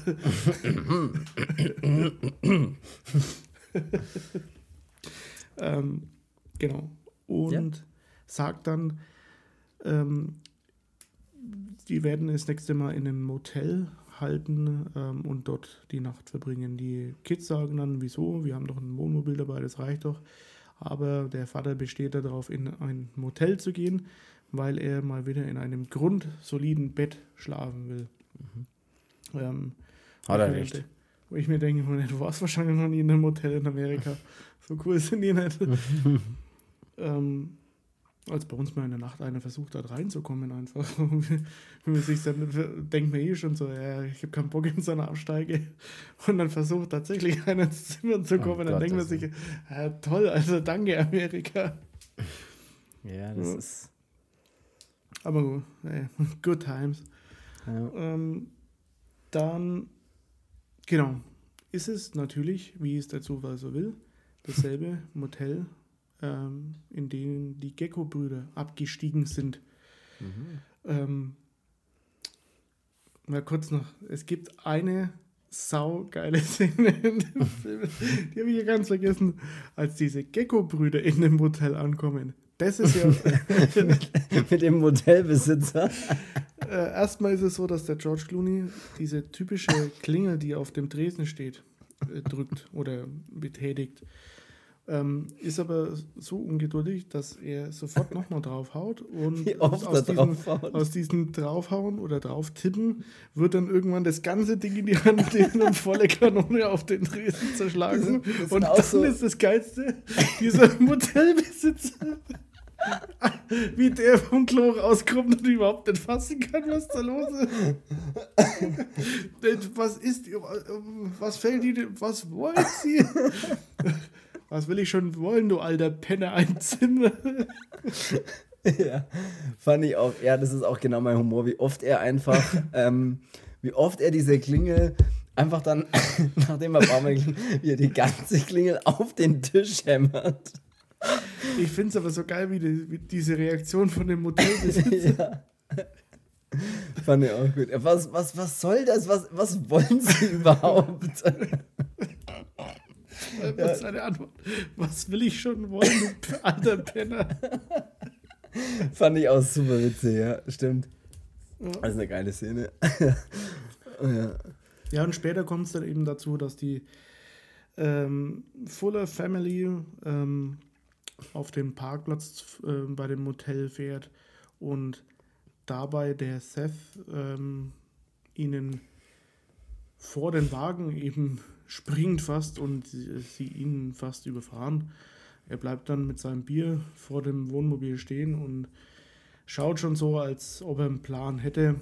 Genau. Und sagt dann, die werden das nächste Mal in einem Motel halten und dort die Nacht verbringen. Die Kids sagen dann, wieso? Wir haben doch ein Wohnmobil dabei, das reicht doch. Aber der Vater besteht darauf, in ein Motel zu gehen, weil er mal wieder in einem grundsoliden Bett schlafen will. Hat er recht. Wo ich mir denke, du warst wahrscheinlich noch nie in einem Motel in Amerika. So cool sind die nicht. als bei uns mal in der Nacht einer versucht hat reinzukommen einfach. Wenn man sich dann denkt man eh schon so, ja, ich habe keinen Bock in so eine Absteige. Und dann versucht tatsächlich einer ins Zimmer zu kommen, dann denkt man sich, ja, toll, also danke Amerika. Ja, das ist... Aber gut, good times. Ja. Dann, genau, ist es natürlich, wie es der Zufall so will, dasselbe Motel, in denen die Gecko-Brüder abgestiegen sind. Mal kurz noch, es gibt eine saugeile Szene in dem Film, die habe ich ja ganz vergessen, als diese Gecko-Brüder in dem Motel ankommen. Das ist ja... mit dem Motelbesitzer. Erstmal ist es so, dass der George Clooney diese typische Klingel, die auf dem Tresen steht, drückt oder betätigt. Ist aber so ungeduldig, dass er sofort nochmal draufhaut und aus diesem Draufhauen oder Drauftippen wird dann irgendwann das ganze Ding in die Hand nehmen und volle Kanone auf den Tresen zerschlagen. Und dann so ist das Geilste, dieser Motelbesitzer, wie der vom Klo rauskommt und überhaupt nicht fassen kann, was da los ist. Was fällt Ihnen, was wollen Sie? Was will ich schon wollen, du alter Penner, ein Zimmer? Ja, fand ich auch. Ja, das ist auch genau mein Humor, wie oft er diese Klingel einfach dann, nachdem er ein paar Mal wie er die ganze Klingel auf den Tisch hämmert. Ich finde es aber so geil, wie diese Reaktion von dem Motelbesitzer. Ja. Fand ich auch gut. Was soll das? Was wollen Sie überhaupt? Was ist seine Antwort? Was will ich schon wollen, du alter Penner? Fand ich auch super witzig, ja, stimmt. Ja. Das ist eine geile Szene. Ja, und später kommt es dann eben dazu, dass die Fuller Family auf dem Parkplatz bei dem Motel fährt und dabei der Seth ihnen vor den Wagen eben springt fast und sie ihn fast überfahren. Er bleibt dann mit seinem Bier vor dem Wohnmobil stehen und schaut schon so, als ob er einen Plan hätte.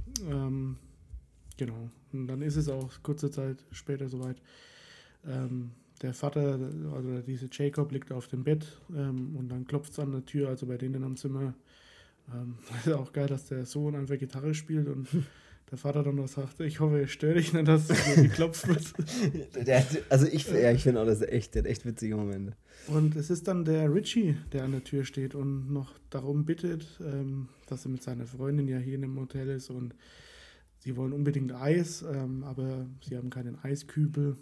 Genau. Und dann ist es auch kurze Zeit später soweit. Der Vater, also diese Jacob, liegt auf dem Bett und dann klopft es an der Tür, also bei denen am Zimmer. Ist auch geil, dass der Sohn einfach Gitarre spielt und der Vater dann noch sagt, ich hoffe, ich störe dich nicht, dass hier geklopft wird. Ich finde auch, der hat echt witzige Momente. Und es ist dann der Richie, der an der Tür steht und noch darum bittet, dass er mit seiner Freundin ja hier in dem Hotel ist und sie wollen unbedingt Eis, aber sie haben keinen Eiskübel,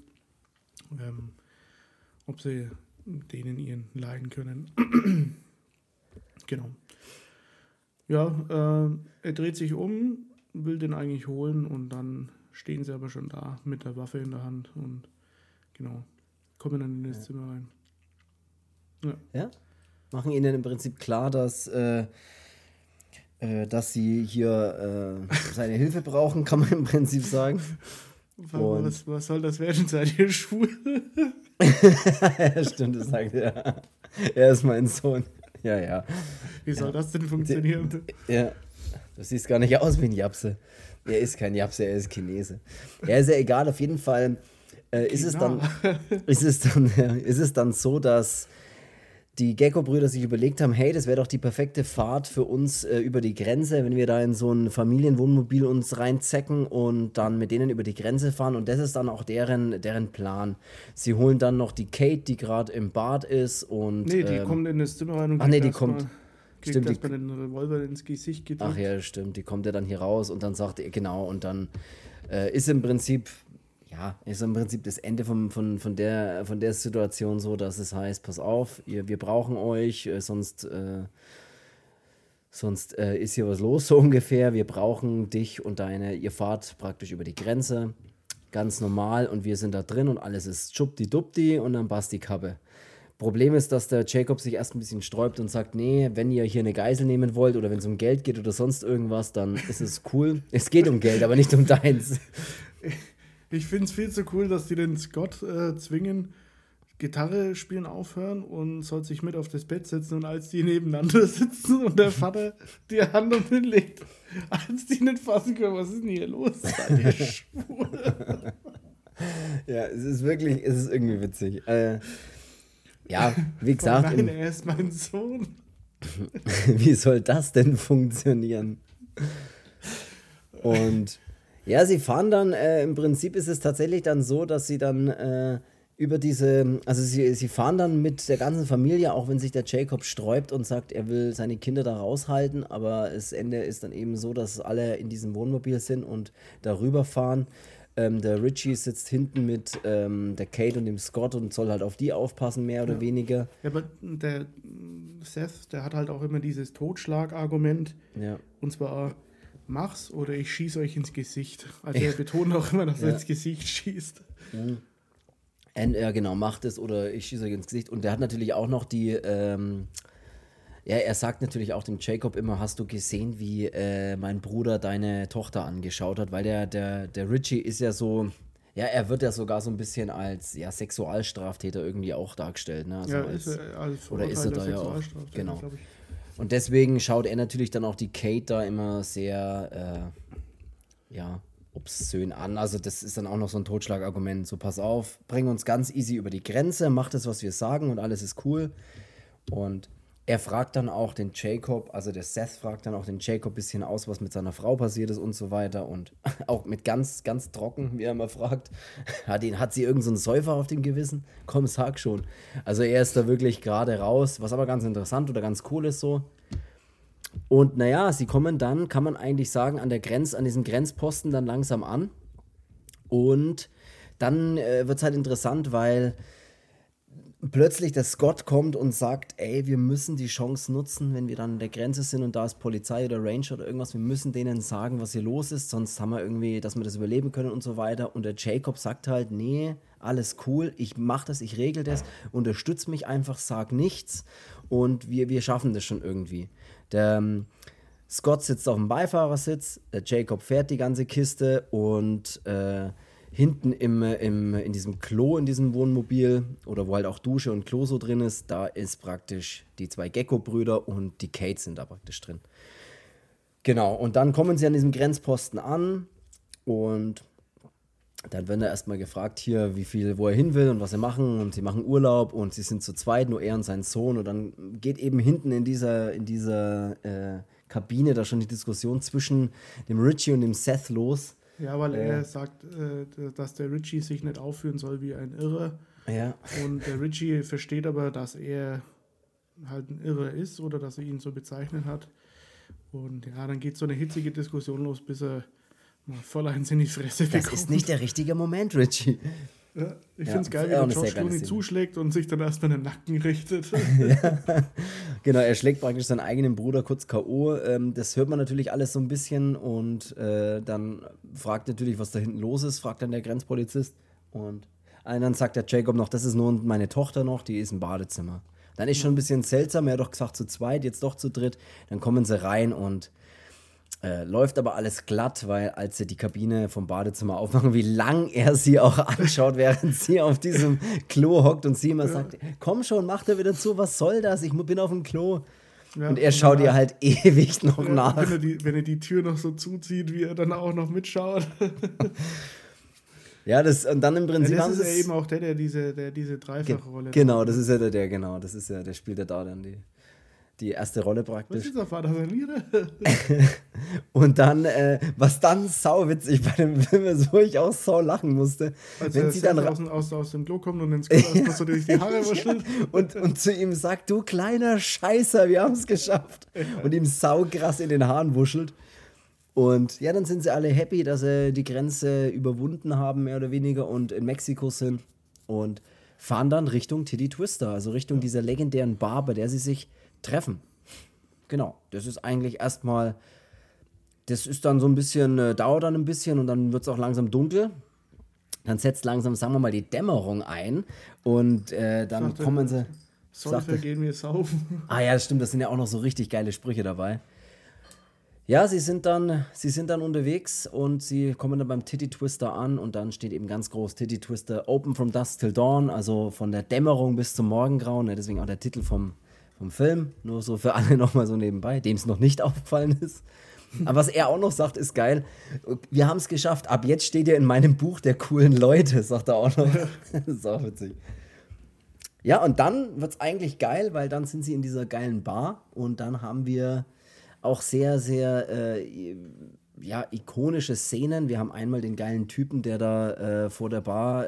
ob sie denen ihren leihen können. Genau. Ja, er dreht sich um, will den eigentlich holen und dann stehen sie aber schon da mit der Waffe in der Hand und genau, kommen dann in das Zimmer rein. Ja? Machen ihnen im Prinzip klar, dass sie hier seine Hilfe brauchen, kann man im Prinzip sagen. Was soll das werden? Seid ihr schwul? Ja, stimmt, das sagt er. Er ist mein Sohn. Ja. Wie soll das denn funktionieren? Ja, du siehst gar nicht aus wie ein Japse. Er ist kein Japse, er ist Chinese. Ja, ist ja egal, auf jeden Fall ist es dann so, dass die Gecko-Brüder sich überlegt haben, hey, das wäre doch die perfekte Fahrt für uns über die Grenze, wenn wir da in so ein Familienwohnmobil uns reinzecken und dann mit denen über die Grenze fahren und das ist dann auch deren Plan. Sie holen dann noch die Kate, die gerade im Bad ist und... Nee, die kommt in das Zimmer rein und kriegt erstmal den Revolver ins Gesicht gedrückt. Ach ja, stimmt, die kommt ja dann hier raus und dann sagt er, genau, und dann ist im Prinzip das Ende von der Situation so, dass es heißt, pass auf, wir brauchen euch, sonst ist hier was los, so ungefähr. Wir brauchen dich und ihr fahrt praktisch über die Grenze, ganz normal und wir sind da drin und alles ist schubdi-dubdi und dann passt die Kappe. Problem ist, dass der Jacob sich erst ein bisschen sträubt und sagt, nee, wenn ihr hier eine Geisel nehmen wollt oder wenn es um Geld geht oder sonst irgendwas, dann ist es cool. Es geht um Geld, aber nicht um deins. Ich finde es viel zu cool, dass die den Scott zwingen, Gitarre spielen aufhören und soll sich mit auf das Bett setzen, und als die nebeneinander sitzen und der Vater die Hand um den legt, als die nicht fassen können, was ist denn hier los? Seid ihr schwul? Ja, es ist irgendwie witzig. Ja, wie gesagt. Nein, er ist mein Sohn. Wie soll das denn funktionieren? Und ja, sie fahren dann, im Prinzip ist es tatsächlich dann so, dass sie dann sie fahren dann mit der ganzen Familie, auch wenn sich der Jacob sträubt und sagt, er will seine Kinder da raushalten, aber das Ende ist dann eben so, dass alle in diesem Wohnmobil sind und darüber fahren. Der Richie sitzt hinten mit der Kate und dem Scott und soll halt auf die aufpassen, mehr oder weniger. Ja, aber der Seth, der hat halt auch immer dieses Totschlag-Argument. Ja. Und zwar, mach's oder ich schieße euch ins Gesicht. Also er betont auch immer, dass er ins Gesicht schießt. Mhm. Ja, genau, macht es oder ich schieße euch ins Gesicht. Und der hat natürlich auch noch er sagt natürlich auch dem Jacob immer, hast du gesehen, wie mein Bruder deine Tochter angeschaut hat? Weil der Richie ist ja so, ja, er wird ja sogar so ein bisschen als Sexualstraftäter irgendwie auch dargestellt. Ne? Also oder ist er da ja auch. Genau. Und deswegen schaut er natürlich dann auch die Kate da immer sehr, obszön an. Also das ist dann auch noch so ein Totschlagargument. So, pass auf, bring uns ganz easy über die Grenze, mach das, was wir sagen und alles ist cool. Und er fragt dann auch den Jacob, also der Seth fragt dann auch den Jacob ein bisschen aus, was mit seiner Frau passiert ist und so weiter. Und auch mit ganz, ganz trocken, wie er immer fragt, hat sie irgend so einen Säufer auf dem Gewissen? Komm, sag schon. Also er ist da wirklich gerade raus, was aber ganz interessant oder ganz cool ist so. Und naja, sie kommen dann, kann man eigentlich sagen, an diesem Grenzposten dann langsam an. Und dann wird es halt interessant, weil plötzlich der Scott kommt und sagt, ey, wir müssen die Chance nutzen, wenn wir dann an der Grenze sind und da ist Polizei oder Ranger oder irgendwas, wir müssen denen sagen, was hier los ist, sonst haben wir irgendwie, dass wir das überleben können und so weiter. Und der Jacob sagt halt, nee, alles cool, ich mach das, ich regel das, unterstütz mich einfach, sag nichts und wir schaffen das schon irgendwie. Der Scott sitzt auf dem Beifahrersitz, der Jacob fährt die ganze Kiste und hinten in diesem Klo, in diesem Wohnmobil, oder wo halt auch Dusche und Klo so drin ist, da ist praktisch die 2 Gecko-Brüder und die Kate sind da praktisch drin. Genau, und dann kommen sie an diesem Grenzposten an und dann werden da erstmal gefragt hier, wo er hin will und was sie machen, und sie machen Urlaub und sie sind zu zweit, nur er und sein Sohn, und dann geht eben hinten in dieser Kabine da schon die Diskussion zwischen dem Richie und dem Seth los. Ja, weil er sagt, dass der Richie sich nicht aufführen soll wie ein Irrer. Ja. Und der Richie versteht aber, dass er halt ein Irrer ist oder dass er ihn so bezeichnet hat. Und ja, dann geht so eine hitzige Diskussion los, bis er mal voll eins in die Fresse bekommt. Das ist nicht der richtige Moment, Richie. Ja, ich finde es geil, wie der George Clooney zuschlägt und sich dann erstmal den Nacken richtet. Ja. Genau, er schlägt praktisch seinen eigenen Bruder kurz K.O. Das hört man natürlich alles so ein bisschen und dann fragt natürlich, was da hinten los ist, fragt dann der Grenzpolizist. Und dann sagt der Jacob noch, das ist nur meine Tochter noch, die ist im Badezimmer. Dann ist schon ein bisschen seltsam, er hat doch gesagt zu zweit, jetzt doch zu dritt. Dann kommen sie rein und läuft aber alles glatt, weil als sie die Kabine vom Badezimmer aufmachen, wie lang er sie auch anschaut, während sie auf diesem Klo hockt und sie immer sagt, komm schon, mach da wieder zu, was soll das, ich bin auf dem Klo. Ja, und er schaut ihr halt ewig noch nach. Wenn er die Tür noch so zuzieht, wie er dann auch noch mitschaut. Ja, und dann im Prinzip... Ja, das ist ja eben auch der diese Dreifachrolle. Genau, das ist ja der spielt ja da dann die erste Rolle praktisch. Was ist der Vater Verlierer? Und dann, was dann sauwitzig bei dem Film ist, wo ich auch sau lachen musste. Als wenn sie dann aus dem Klo kommt und ins Klo erstmal so durch die Haare wuschelt. und zu ihm sagt, du kleiner Scheißer, wir haben es geschafft. Und ihm saukrass in den Haaren wuschelt. Und ja, dann sind sie alle happy, dass sie die Grenze überwunden haben, mehr oder weniger, und in Mexiko sind. Und fahren dann Richtung Titty Twister, also Richtung dieser legendären Bar, bei der sie sich treffen. Genau, das ist eigentlich erstmal, das ist dann so ein bisschen, dauert dann ein bisschen und dann wird es auch langsam dunkel. Dann setzt langsam, sagen wir mal, die Dämmerung ein und dann kommen sie... Säufer gehen wir saufen. Ah ja, das stimmt, das sind ja auch noch so richtig geile Sprüche dabei. Ja, sie sind dann unterwegs und sie kommen dann beim Titty Twister an und dann steht eben ganz groß Titty Twister Open from Dusk till Dawn, also von der Dämmerung bis zum Morgengrauen, ne, deswegen auch der Titel vom Film, nur so für alle nochmal so nebenbei, dem es noch nicht aufgefallen ist. Aber was er auch noch sagt, ist geil. Wir haben es geschafft. Ab jetzt steht ihr in meinem Buch der coolen Leute, sagt er auch noch. Das ist auch witzig. Ja, und dann wird es eigentlich geil, weil dann sind sie in dieser geilen Bar und dann haben wir auch sehr, sehr ja, ikonische Szenen. Wir haben einmal den geilen Typen, der da vor der Bar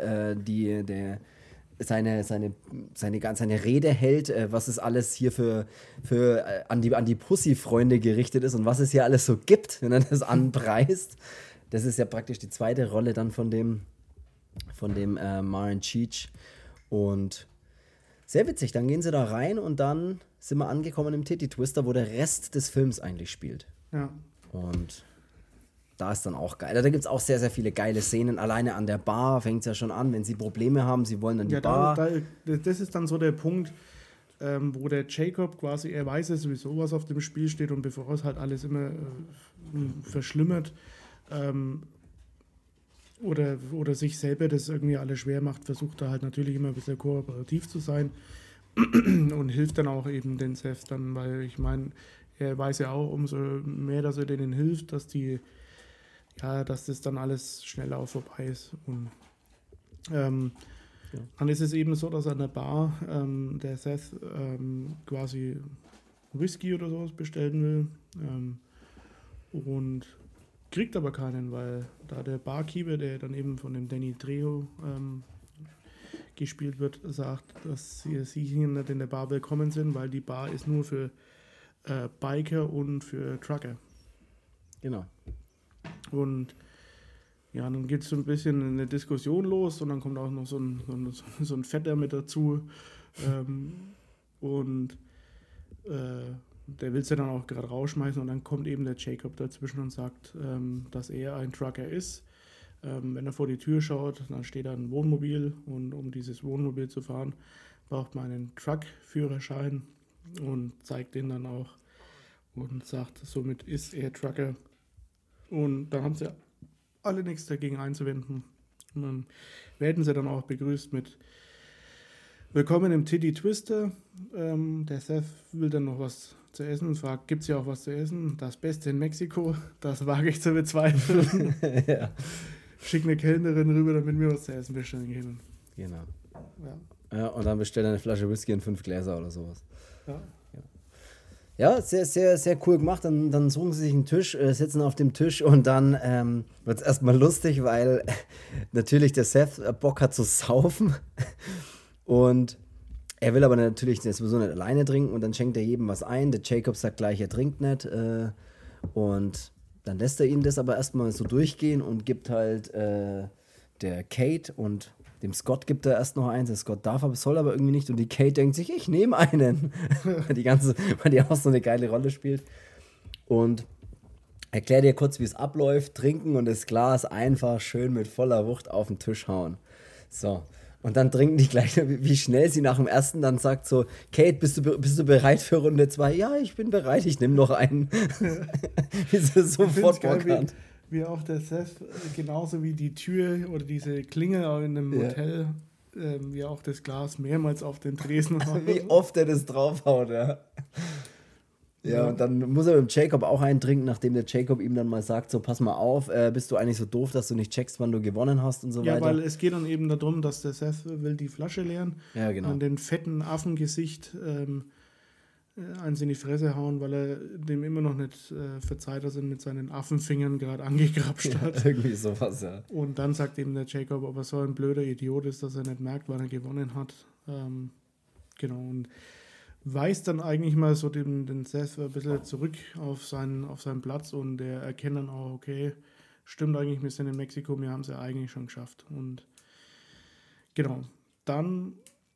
seine Rede hält, was es alles hier für an die Pussy-Freunde gerichtet ist und was es hier alles so gibt, wenn er das anpreist. Das ist ja praktisch die zweite Rolle dann von dem Maren Cheech. Und sehr witzig, dann gehen sie da rein und dann sind wir angekommen im Titty Twister, wo der Rest des Films eigentlich spielt. Ja. Und da ist dann auch geil. Da gibt es auch sehr, sehr viele geile Szenen. Alleine an der Bar fängt es ja schon an, wenn sie Probleme haben, sie wollen dann die Bar. Das ist dann so der Punkt, wo der Jacob quasi, er weiß ja sowieso, was auf dem Spiel steht und bevor es halt alles immer verschlimmert oder sich selber das irgendwie alles schwer macht, versucht er halt natürlich immer ein bisschen kooperativ zu sein und hilft dann auch eben den Seth dann, weil ich meine, er weiß ja auch, umso mehr, dass er denen hilft, dass das dann alles schneller auch vorbei ist. Und dann ist es eben so, dass an der Bar der Seth quasi Whisky oder sowas bestellen will und kriegt aber keinen, weil da der Barkeeper, der dann eben von dem Danny Trejo gespielt wird, sagt, dass sie hier nicht in der Bar willkommen sind, weil die Bar ist nur für Biker und für Trucker. Genau. Und ja, dann geht es so ein bisschen eine Diskussion los und dann kommt auch noch so ein Fetter mit dazu. Und der will es ja dann auch gerade rausschmeißen und dann kommt eben der Jacob dazwischen und sagt, dass er ein Trucker ist. Wenn er vor die Tür schaut, dann steht da ein Wohnmobil und um dieses Wohnmobil zu fahren, braucht man einen Truck-Führerschein und zeigt den dann auch und sagt, somit ist er Trucker. Und dann haben sie alle nichts dagegen einzuwenden. Und dann werden sie dann auch begrüßt mit Willkommen im Titty Twister. Der Seth will dann noch was zu essen und fragt, gibt es ja auch was zu essen? Das Beste in Mexiko, das wage ich zu bezweifeln. Ja. Schick eine Kellnerin rüber, damit wir was zu essen bestellen können. Genau. Ja, und dann bestellt er eine Flasche Whisky und 5 Gläser oder sowas. Ja, sehr, sehr, sehr cool gemacht. Dann suchen sie sich einen Tisch, sitzen auf dem Tisch und dann wird es erstmal lustig, weil natürlich der Seth Bock hat zu saufen und er will aber natürlich sowieso nicht alleine trinken und dann schenkt er jedem was ein. Der Jacob sagt gleich, er trinkt nicht und dann lässt er ihn das aber erstmal so durchgehen und gibt halt der Kate und dem Scott gibt er erst noch eins. Der Scott darf aber, soll aber irgendwie nicht. Und die Kate denkt sich, ich nehme einen. weil die auch so eine geile Rolle spielt. Und erklär dir kurz, wie es abläuft. Trinken und das Glas einfach schön mit voller Wucht auf den Tisch hauen. So. Und dann trinken die gleich, wie schnell sie nach dem ersten dann sagt so, Kate, bist du bereit für Runde 2? Ja, ich bin bereit, ich nehme noch einen. Wie sie sofort Bock hat. Wie auch der Seth, genauso wie die Tür oder diese Klingel in einem Hotel, wie auch das Glas mehrmals auf den Tresen haut. Wie oft er das draufhaut, ja. Ja, und dann muss er mit dem Jacob auch einen trinken, nachdem der Jacob ihm dann mal sagt, so pass mal auf, bist du eigentlich so doof, dass du nicht checkst, wann du gewonnen hast und so weiter. Ja, weil es geht dann eben darum, dass der Seth will die Flasche leeren, ja, genau. An den fetten Affengesicht eins in die Fresse hauen, weil er dem immer noch nicht verzeiht, dass er mit seinen Affenfingern gerade angegrapscht hat. Ja, irgendwie sowas, ja. Und dann sagt eben der Jacob, ob er so ein blöder Idiot ist, dass er nicht merkt, wann er gewonnen hat. Genau, und weist dann eigentlich mal so den Seth ein bisschen zurück auf seinen Platz und der erkennt dann auch, okay, stimmt eigentlich, wir sind in Mexiko, wir haben es ja eigentlich schon geschafft. Und genau, dann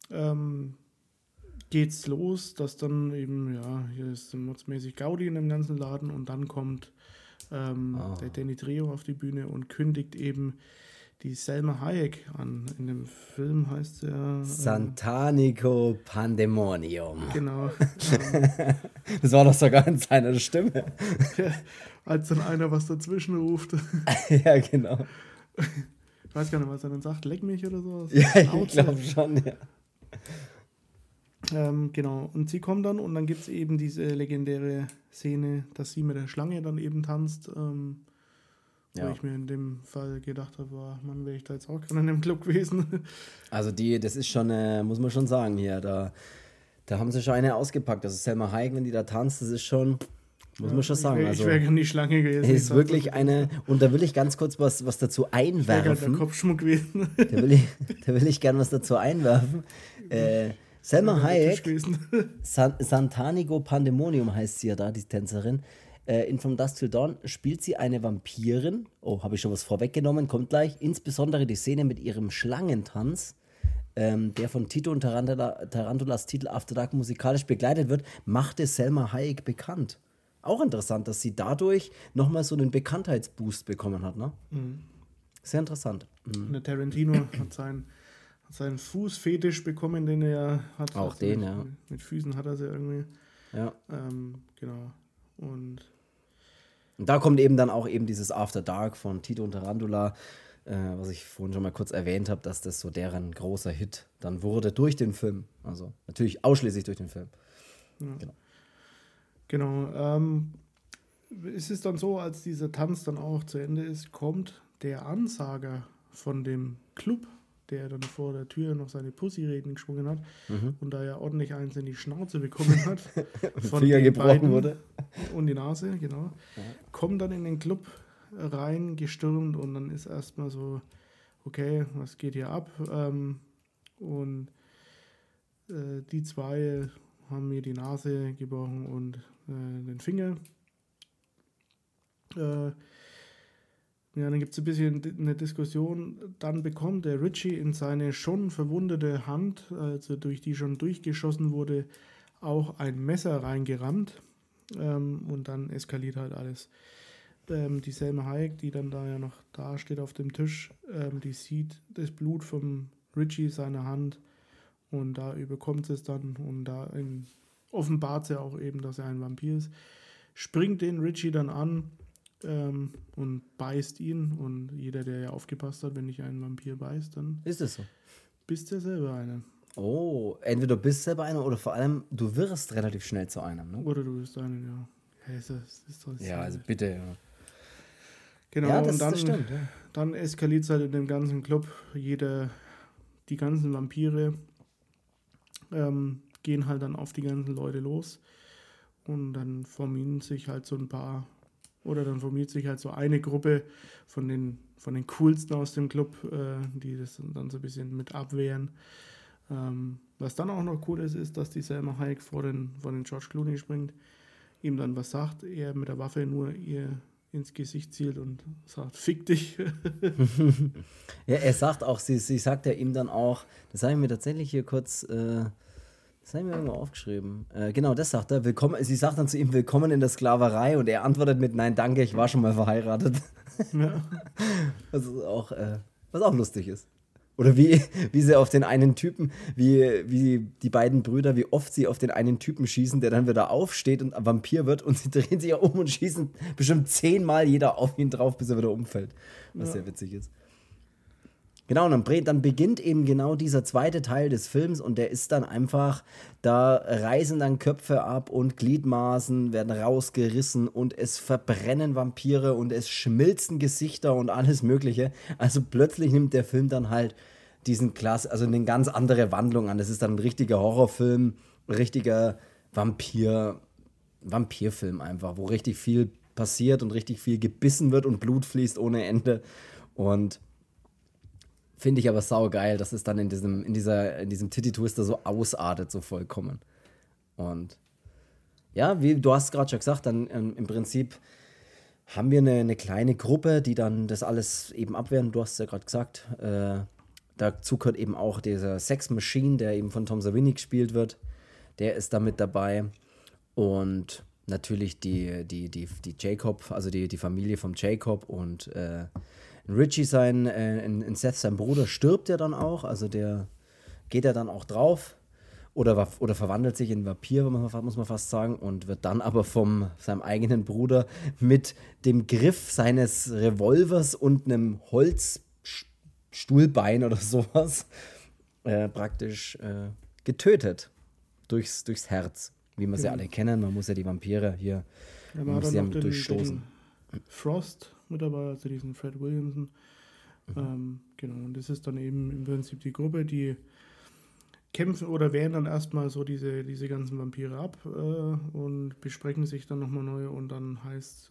geht's los, dass dann eben, hier ist modsmäßig Gaudi in dem ganzen Laden und dann kommt der Danny Trejo auf die Bühne und kündigt eben die Selma Hayek an. In dem Film heißt er Santanico Pandemonium. Genau. Das war doch sogar in seiner Stimme. Ja, als dann einer was dazwischen ruft. Ja, genau. Ich weiß gar nicht, was er dann sagt. Leck mich oder so. Ja, ich glaube schon, ja. Genau. Und sie kommt dann und dann gibt es eben diese legendäre Szene, dass sie mit der Schlange dann eben tanzt. Wo ich mir in dem Fall gedacht habe, Mann, wäre ich da jetzt auch gerne in dem Club gewesen. Also das ist schon, muss man schon sagen hier, da haben sie schon eine ausgepackt. Also Selma Hayek, wenn die da tanzt, das ist schon, muss man schon sagen. Ich wäre gerne die Schlange gewesen. Ist wirklich eine, und da will ich ganz kurz was dazu einwerfen. Ich wäre der Kopfschmuck gewesen. Da will ich gerne was dazu einwerfen. Selma Hayek, Santanico Pandemonium heißt sie ja da, die Tänzerin. In From Dusk Till Dawn spielt sie eine Vampirin. Oh, habe ich schon was vorweggenommen, kommt gleich. Insbesondere die Szene mit ihrem Schlangentanz, der von Tito und Tarantulas Titel After Dark musikalisch begleitet wird, machte Selma Hayek bekannt. Auch interessant, dass sie dadurch nochmal so einen Bekanntheitsboost bekommen hat. Ne? Mhm. Sehr interessant. Mhm. Der Tarantino hat seinen Fußfetisch bekommen, den er ja hat. Auch also den, ja. Mit Füßen hat er sie irgendwie. Ja. Genau. Und da kommt eben dann auch eben dieses After Dark von Tito und Tarantula, was ich vorhin schon mal kurz erwähnt habe, dass das so deren großer Hit dann wurde durch den Film. Also natürlich ausschließlich durch den Film. Ja. Genau. Es ist dann so, als dieser Tanz dann auch zu Ende ist, kommt der Ansager von dem Club, der dann vor der Tür noch seine Pussy-Reden geschwungen hat und da ja ordentlich eins in die Schnauze bekommen hat. Von Finger gebrochen wurde. Und die Nase, genau. Ja. Kommt dann in den Club rein, gestürmt und dann ist erstmal so, okay, was geht hier ab? Und die zwei haben mir die Nase gebrochen und den Finger. Ja, dann gibt es ein bisschen eine Diskussion. Dann bekommt der Richie in seine schon verwundete Hand, also durch die schon durchgeschossen wurde, auch ein Messer reingerammt. Und dann eskaliert halt alles. Die Selma Hayek, die dann da ja noch da steht auf dem Tisch, die sieht das Blut vom Richie seiner Hand und da überkommt es dann und da offenbart sie auch eben, dass er ein Vampir ist. Springt den Richie dann an und beißt ihn und jeder, der ja aufgepasst hat, wenn dich ein Vampir beißt, dann ist es so. Bist du selber einer. Oh, entweder du bist selber einer oder vor allem du wirst relativ schnell zu einem, ne? Oder du bist einer, ja. Hey, ist das ja, also bitte, ja. Genau, ja, und dann, stimmt, ja. Dann eskaliert es halt in dem ganzen Club. Die ganzen Vampire gehen halt dann auf die ganzen Leute los und dann formiert sich halt so eine Gruppe von den Coolsten aus dem Club, die das dann so ein bisschen mit abwehren. Was dann auch noch cool ist, dass die Selma Hayek vor den George Clooney springt, ihm dann was sagt, er mit der Waffe nur ihr ins Gesicht zielt und sagt, fick dich. Ja, er sagt auch, sie sagt ja ihm dann auch, das habe ich mir tatsächlich hier kurz, das habe ich mir irgendwo aufgeschrieben. Genau, das sagt er. Sie sagt dann zu ihm, willkommen in der Sklaverei und er antwortet mit, nein, danke, ich war schon mal verheiratet. Ja. Was auch lustig ist. Oder wie sie auf den einen Typen, wie die beiden Brüder, wie oft sie auf den einen Typen schießen, der dann wieder aufsteht und ein Vampir wird und sie drehen sich ja um und schießen bestimmt 10-mal jeder auf ihn drauf, bis er wieder umfällt. Was sehr witzig ist. Genau, und dann beginnt eben genau dieser zweite Teil des Films und der ist dann einfach, da reißen dann Köpfe ab und Gliedmaßen werden rausgerissen und es verbrennen Vampire und es schmilzen Gesichter und alles Mögliche. Also plötzlich nimmt der Film dann halt eine ganz andere Wandlung an. Das ist dann ein richtiger Horrorfilm, ein richtiger Vampirfilm einfach, wo richtig viel passiert und richtig viel gebissen wird und Blut fließt ohne Ende. Und finde ich aber saugeil, dass es dann in diesem Titty-Twister so ausartet, so vollkommen. Und ja, wie du hast gerade schon gesagt, dann im Prinzip haben wir eine kleine Gruppe, die dann das alles eben abwehren. Du hast es ja gerade gesagt. Dazu gehört eben auch dieser Sex Machine, der eben von Tom Savini gespielt wird. Der ist da mit dabei. Und natürlich die Jacob, also die Familie vom Jacob und Richie in Seth, sein Bruder, stirbt ja dann auch, also der geht ja dann auch drauf oder verwandelt sich in Vampir, muss man fast sagen, und wird dann aber von seinem eigenen Bruder mit dem Griff seines Revolvers und einem Holzstuhlbein oder sowas praktisch getötet durchs Herz, wie wir sie alle kennen. Man muss ja die Vampire hier durchstoßen. Den Frost mit dabei, also diesen Fred Williamson. Genau, und das ist dann eben im Prinzip die Gruppe, die kämpfen oder wehren dann erstmal so diese ganzen Vampire ab und besprechen sich dann nochmal neu und dann heißt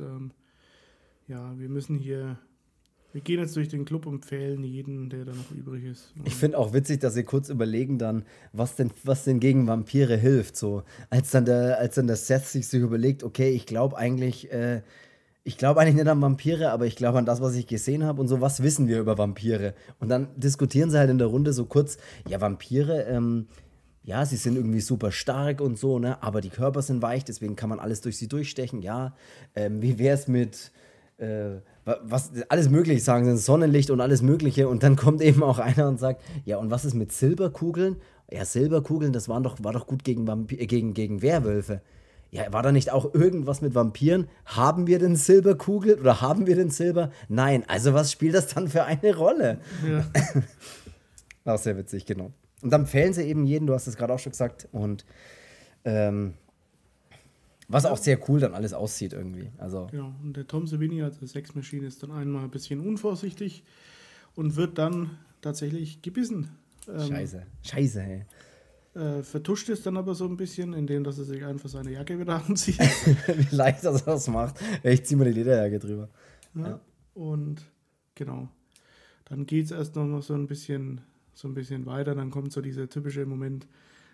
wir gehen jetzt durch den Club und pfählen jeden, der da noch übrig ist. Und ich finde auch witzig, dass sie kurz überlegen dann, was denn gegen Vampire hilft. So, als dann der Seth sich so überlegt, okay, ich glaube eigentlich nicht an Vampire, aber ich glaube an das, was ich gesehen habe und so, was wissen wir über Vampire? Und dann diskutieren sie halt in der Runde so kurz, ja, Vampire, ja, sie sind irgendwie super stark und so, ne, aber die Körper sind weich, deswegen kann man alles durch sie durchstechen, ja. Wie wär's mit was alles möglich, sagen sie, Sonnenlicht und alles Mögliche. Und dann kommt eben auch einer und sagt, ja, und was ist mit Silberkugeln? Ja, Silberkugeln, das war doch gut gegen Werwölfe. Ja, war da nicht auch irgendwas mit Vampiren? Haben wir denn Silberkugel oder haben wir denn Silber? Nein, also was spielt das dann für eine Rolle? Ja. Auch sehr witzig, genau. Und dann pfählen sie eben jeden, du hast es gerade auch schon gesagt. Und was auch sehr cool dann alles aussieht irgendwie. Also. Genau, und der Tom Savini, also Sex Machine, ist dann einmal ein bisschen unvorsichtig und wird dann tatsächlich gebissen. Scheiße, ey. Vertuscht es dann aber so ein bisschen, indem dass er sich einfach seine Jacke wieder anzieht. Wie leicht er das macht. Ich ziehe mir die Lederjacke drüber. Ja. Und genau. Dann geht es erst noch so ein bisschen weiter. Dann kommt so dieser typische Moment,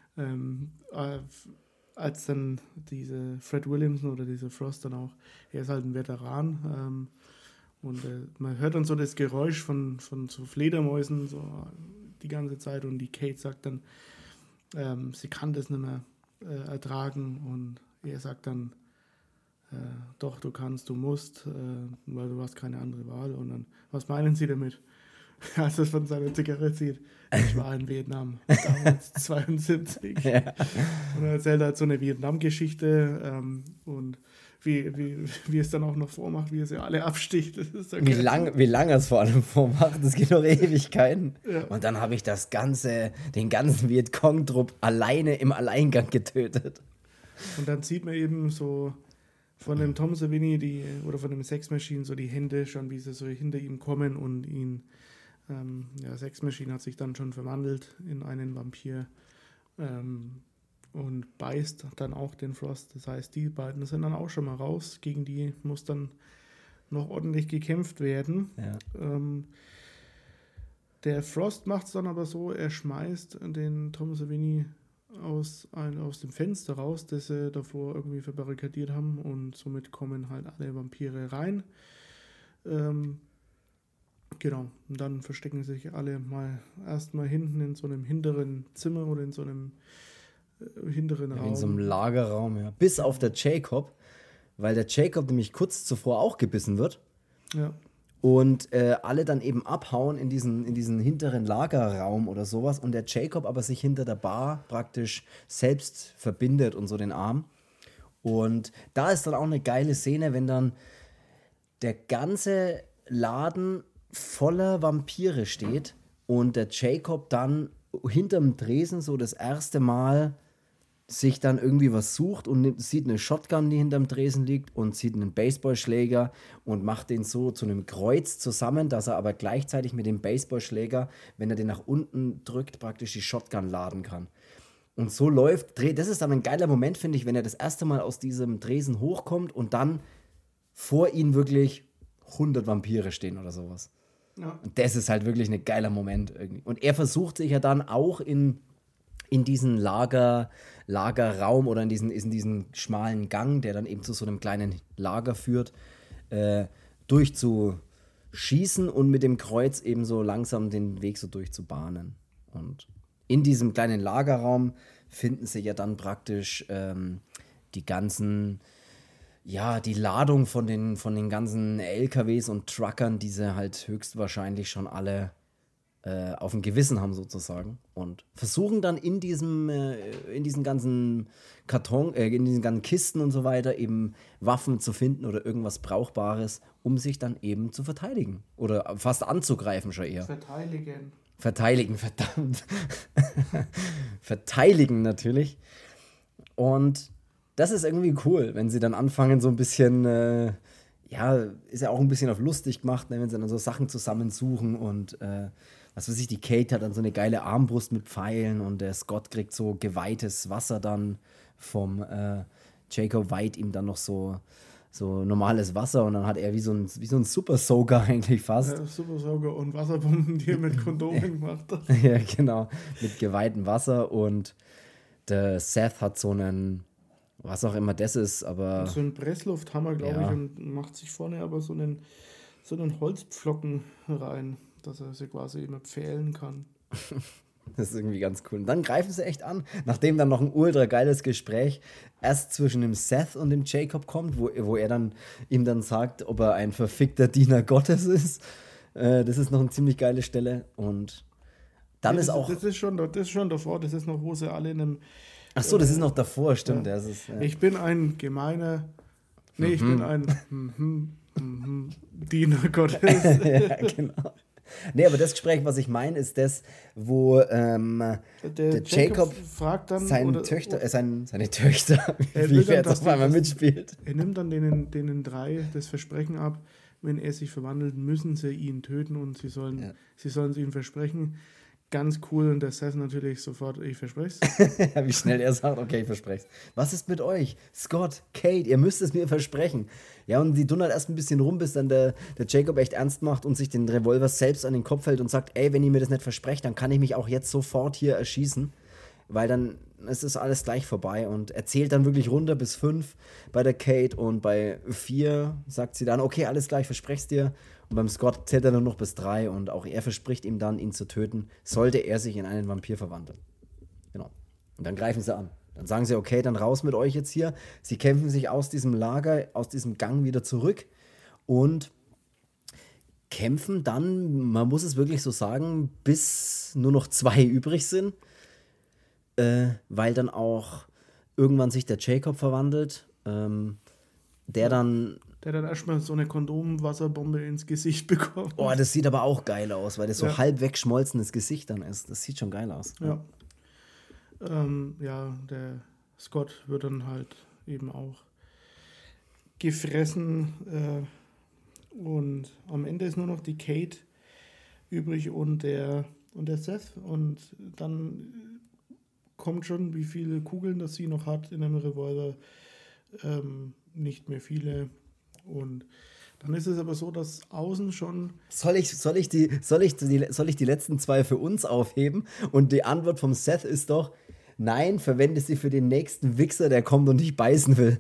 als dann diese Fred Williamson oder dieser Frost dann auch, er ist halt ein Veteran und man hört dann so das Geräusch von so Fledermäusen so die ganze Zeit und die Kate sagt dann, sie kann das nicht mehr ertragen und er sagt dann, doch, du kannst, du musst, weil du hast keine andere Wahl. Und dann, was meinen Sie damit? Als er von seiner Zigarette sieht, ich war in Vietnam, damals 72. Ja. Und er erzählt halt so eine Vietnam-Geschichte und wie es dann auch noch vormacht, wie er sie alle absticht. Das ist wie lang er es vor allem vormacht, das geht noch Ewigkeiten. Ja. Und dann habe ich den ganzen Vietcong-Trupp alleine im Alleingang getötet. Und dann sieht man eben so von dem Tom Savini oder von dem Sex Machine so die Hände schon, wie sie so hinter ihm kommen und ihn Sex Machine hat sich dann schon verwandelt in einen Vampir und beißt dann auch den Frost. Das heißt, die beiden sind dann auch schon mal raus. Gegen die muss dann noch ordentlich gekämpft werden. Ja. Der Frost macht es dann aber so, er schmeißt den Tom Savini aus dem Fenster raus, das sie davor irgendwie verbarrikadiert haben und somit kommen halt alle Vampire rein. Genau, und dann verstecken sich alle erstmal hinten in so einem hinteren Zimmer oder in so einem hinteren Raum. In so einem Lagerraum, ja. Bis auf der Jacob, weil der Jacob nämlich kurz zuvor auch gebissen wird. Ja. Und alle dann eben abhauen in diesen hinteren Lagerraum oder sowas und der Jacob aber sich hinter der Bar praktisch selbst verbindet und so den Arm. Und da ist dann auch eine geile Szene, wenn dann der ganze Laden voller Vampire steht und der Jacob dann hinterm Tresen so das erste Mal sich dann irgendwie was sucht und sieht eine Shotgun, die hinterm Tresen liegt und sieht einen Baseballschläger und macht den so zu einem Kreuz zusammen, dass er aber gleichzeitig mit dem Baseballschläger, wenn er den nach unten drückt, praktisch die Shotgun laden kann. Und so das ist dann ein geiler Moment, finde ich, wenn er das erste Mal aus diesem Tresen hochkommt und dann vor ihm wirklich 100 Vampire stehen oder sowas. Ja. Und das ist halt wirklich ein geiler Moment irgendwie. Und er versucht sich ja dann auch in diesen Lagerraum oder in diesen schmalen Gang, der dann eben zu so einem kleinen Lager führt, durchzuschießen und mit dem Kreuz eben so langsam den Weg so durchzubahnen. Und in diesem kleinen Lagerraum finden sich ja dann praktisch die ganzen ja, die Ladung von den ganzen LKWs und Truckern, die sie halt höchstwahrscheinlich schon alle auf dem Gewissen haben sozusagen und versuchen dann in diesen ganzen in diesen ganzen Kisten und so weiter eben Waffen zu finden oder irgendwas Brauchbares, um sich dann eben zu verteidigen oder fast anzugreifen schon eher. Verteidigen, verdammt. Verteidigen natürlich. Und das ist irgendwie cool, wenn sie dann anfangen so ein bisschen, ist ja auch ein bisschen auf lustig gemacht, ne, wenn sie dann so Sachen zusammensuchen und was weiß ich, die Kate hat dann so eine geile Armbrust mit Pfeilen und der Scott kriegt so geweihtes Wasser dann vom Jacob weiht ihm dann noch so normales Wasser und dann hat er wie so ein Super Soaker eigentlich fast. Ja, Super Soaker und Wasserbomben, die er mit Kondomen gemacht hat. Ja, genau, mit geweihtem Wasser und der Seth hat so einen, was auch immer das ist, aber... So einen Presslufthammer, glaube ich, und macht sich vorne aber so einen Holzpflocken rein, dass er sie quasi immer pfählen kann. Das ist irgendwie ganz cool. Und dann greifen sie echt an, nachdem dann noch ein ultra geiles Gespräch erst zwischen dem Seth und dem Jacob kommt, wo er dann ihm dann sagt, ob er ein verfickter Diener Gottes ist. Das ist noch eine ziemlich geile Stelle. Und dann ist auch... Das ist schon davor, das ist noch, wo sie alle in einem... Ach so, das ist noch davor, stimmt. Ja. Das ist, Ich bin ein gemeiner... Nee, ich bin ein Diener Gottes. Ja, genau. Nee, aber das Gespräch, was ich meine, ist das, wo der Jacob fragt dann, seine Töchter, wie er jetzt auf einmal mitspielt. Er nimmt dann denen drei das Versprechen ab, wenn er sich verwandelt, müssen sie ihn töten und sie sollen es ihm versprechen. Ganz cool und der Seth natürlich sofort, ich verspreche es. Ja, wie schnell er sagt, okay, ich verspreche es. Was ist mit euch? Scott, Kate, ihr müsst es mir versprechen. Ja, und die tun halt erst ein bisschen rum, bis dann der Jacob echt ernst macht und sich den Revolver selbst an den Kopf hält und sagt, ey, wenn ihr mir das nicht versprecht, dann kann ich mich auch jetzt sofort hier erschießen. Weil dann ist es alles gleich vorbei und er zählt dann wirklich runter bis 5 bei der Kate und bei 4 sagt sie dann, okay, alles gleich, versprech's dir. Und beim Scott zählt er dann noch bis 3 und auch er verspricht ihm dann, ihn zu töten, sollte er sich in einen Vampir verwandeln. Genau. Und dann greifen sie an. Dann sagen sie, okay, dann raus mit euch jetzt hier. Sie kämpfen sich aus diesem Lager, aus diesem Gang wieder zurück und kämpfen dann, man muss es wirklich so sagen, bis nur noch 2 übrig sind. Weil dann auch irgendwann sich der Jacob verwandelt, der dann erstmal so eine Kondomwasserbombe ins Gesicht bekommt. Oh, das sieht aber auch geil aus, weil das so halb wegschmolzenes Gesicht dann ist. Das sieht schon geil aus. Ja. Der Scott wird dann halt eben auch gefressen und am Ende ist nur noch die Kate übrig und der Seth und dann kommt schon, wie viele Kugeln das sie noch hat in einem Revolver. Nicht mehr viele. Und dann ist es aber so, dass außen schon... Soll ich die letzten 2 für uns aufheben? Und die Antwort vom Seth ist doch, nein, verwende sie für den nächsten Wichser, der kommt und dich beißen will.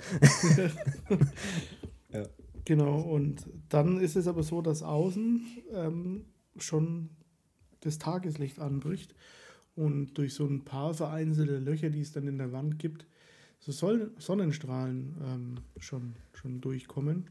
Ja. Genau, und dann ist es aber so, dass außen schon das Tageslicht anbricht. Und durch so ein paar vereinzelte Löcher, die es dann in der Wand gibt, so Sonnenstrahlen schon durchkommen.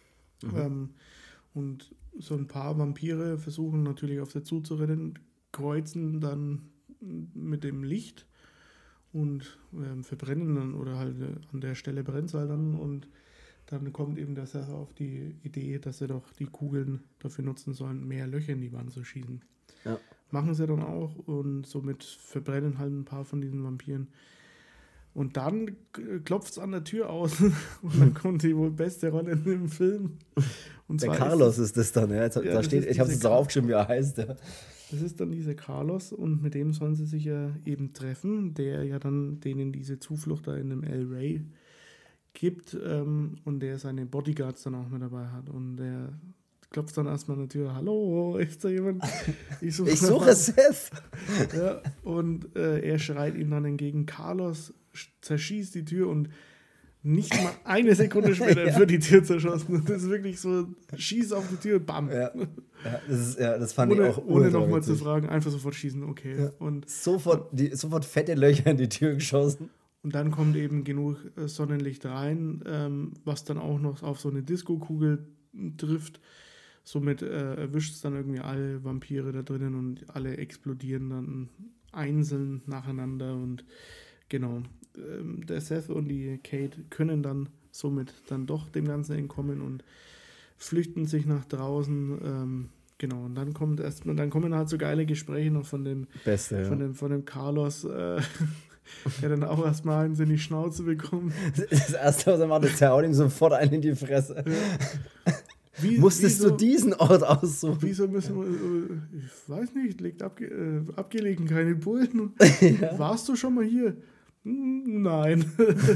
Und so ein paar Vampire versuchen natürlich auf sie zuzurennen, kreuzen dann mit dem Licht und verbrennen dann oder halt an der Stelle brennt es halt dann und dann kommt eben der Sache auf die Idee, dass sie doch die Kugeln dafür nutzen sollen, mehr Löcher in die Wand zu schießen. Ja. Machen sie dann auch und somit verbrennen halt ein paar von diesen Vampiren. Und dann klopft es an der Tür aus und dann kommt die wohl beste Rolle in dem Film. Und der Carlos ist das dann, ja. Da steht, ich habe es jetzt auch aufgeschrieben, wie er heißt. Ja. Das ist dann dieser Carlos und mit dem sollen sie sich ja eben treffen, der ja dann denen diese Zuflucht da in dem El Rey gibt und der seine Bodyguards dann auch mit dabei hat. Und der klopft dann erstmal an der Tür, hallo, ist da jemand? Ich suche Seth. Ja, und er schreit ihm dann entgegen, Carlos zerschießt die Tür und nicht mal eine Sekunde später wird die Tür zerschossen. Das ist wirklich so, schieß auf die Tür, bam. Ja, das fand ich auch ohne nochmal zu fragen, einfach sofort schießen, okay. Ja. Und sofort fette Löcher in die Tür geschossen. Und dann kommt eben genug Sonnenlicht rein, was dann auch noch auf so eine Disco-Kugel trifft. Somit erwischt es dann irgendwie alle Vampire da drinnen und alle explodieren dann einzeln nacheinander. Und genau, der Seth und die Kate können dann somit dann doch dem Ganzen entkommen und flüchten sich nach draußen. Genau, und dann kommen halt so geile Gespräche noch von dem von dem Carlos, der dann auch erstmal eins in die Schnauze bekommt. Das erste, was er macht, ist, er haut ihm sofort einen in die Fresse. Ja. Musstest du diesen Ort aussuchen? Wieso müssen wir, ich weiß nicht, liegt abgelegen, keine Bullen. Ja. Warst du schon mal hier? Nein.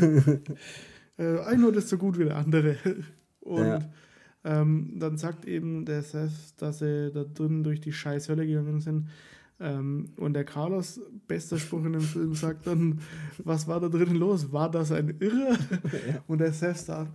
Ein Ort ist so gut wie der andere. Und dann sagt eben der Seth, dass sie da drinnen durch die scheiß Hölle gegangen sind. Und der Carlos, bester Spruch in dem Film, sagt dann, was war da drinnen los? War das ein Irrer? Ja. Und der Seth sagt,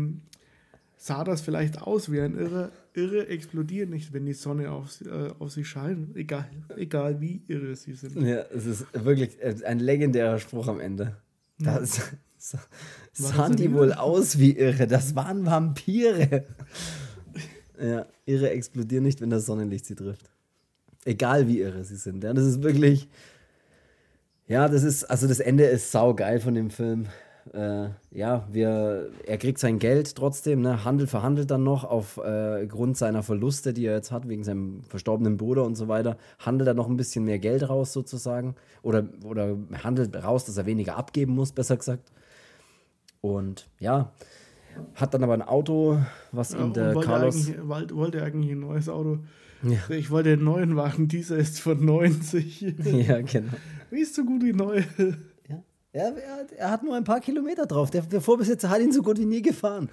sah das vielleicht aus wie ein Irrer? Irre explodieren nicht, wenn die Sonne auf sie scheint. Egal wie irre sie sind. Ja, es ist wirklich ein legendärer Spruch am Ende. Das sahen die wohl aus wie Irre. Das waren Vampire. Ja, Irre explodieren nicht, wenn das Sonnenlicht sie trifft. Egal wie irre sie sind. Ja, das ist wirklich. Ja, das Ende ist saugeil von dem Film. Er kriegt sein Geld trotzdem, ne? Verhandelt dann noch aufgrund seiner Verluste, die er jetzt hat, wegen seinem verstorbenen Bruder und so weiter, handelt er noch ein bisschen mehr Geld raus sozusagen. Oder handelt raus, dass er weniger abgeben muss, besser gesagt. Und ja, hat dann aber ein Auto, was ihm der Carlos... Wollte eigentlich ein neues Auto. Ja. Ich wollte einen neuen Wagen, dieser ist von 90. Ja, genau. Wie ist so gut wie neu? Ja, er hat nur ein paar Kilometer drauf. Der Vorbesitzer hat ihn so gut wie nie gefahren.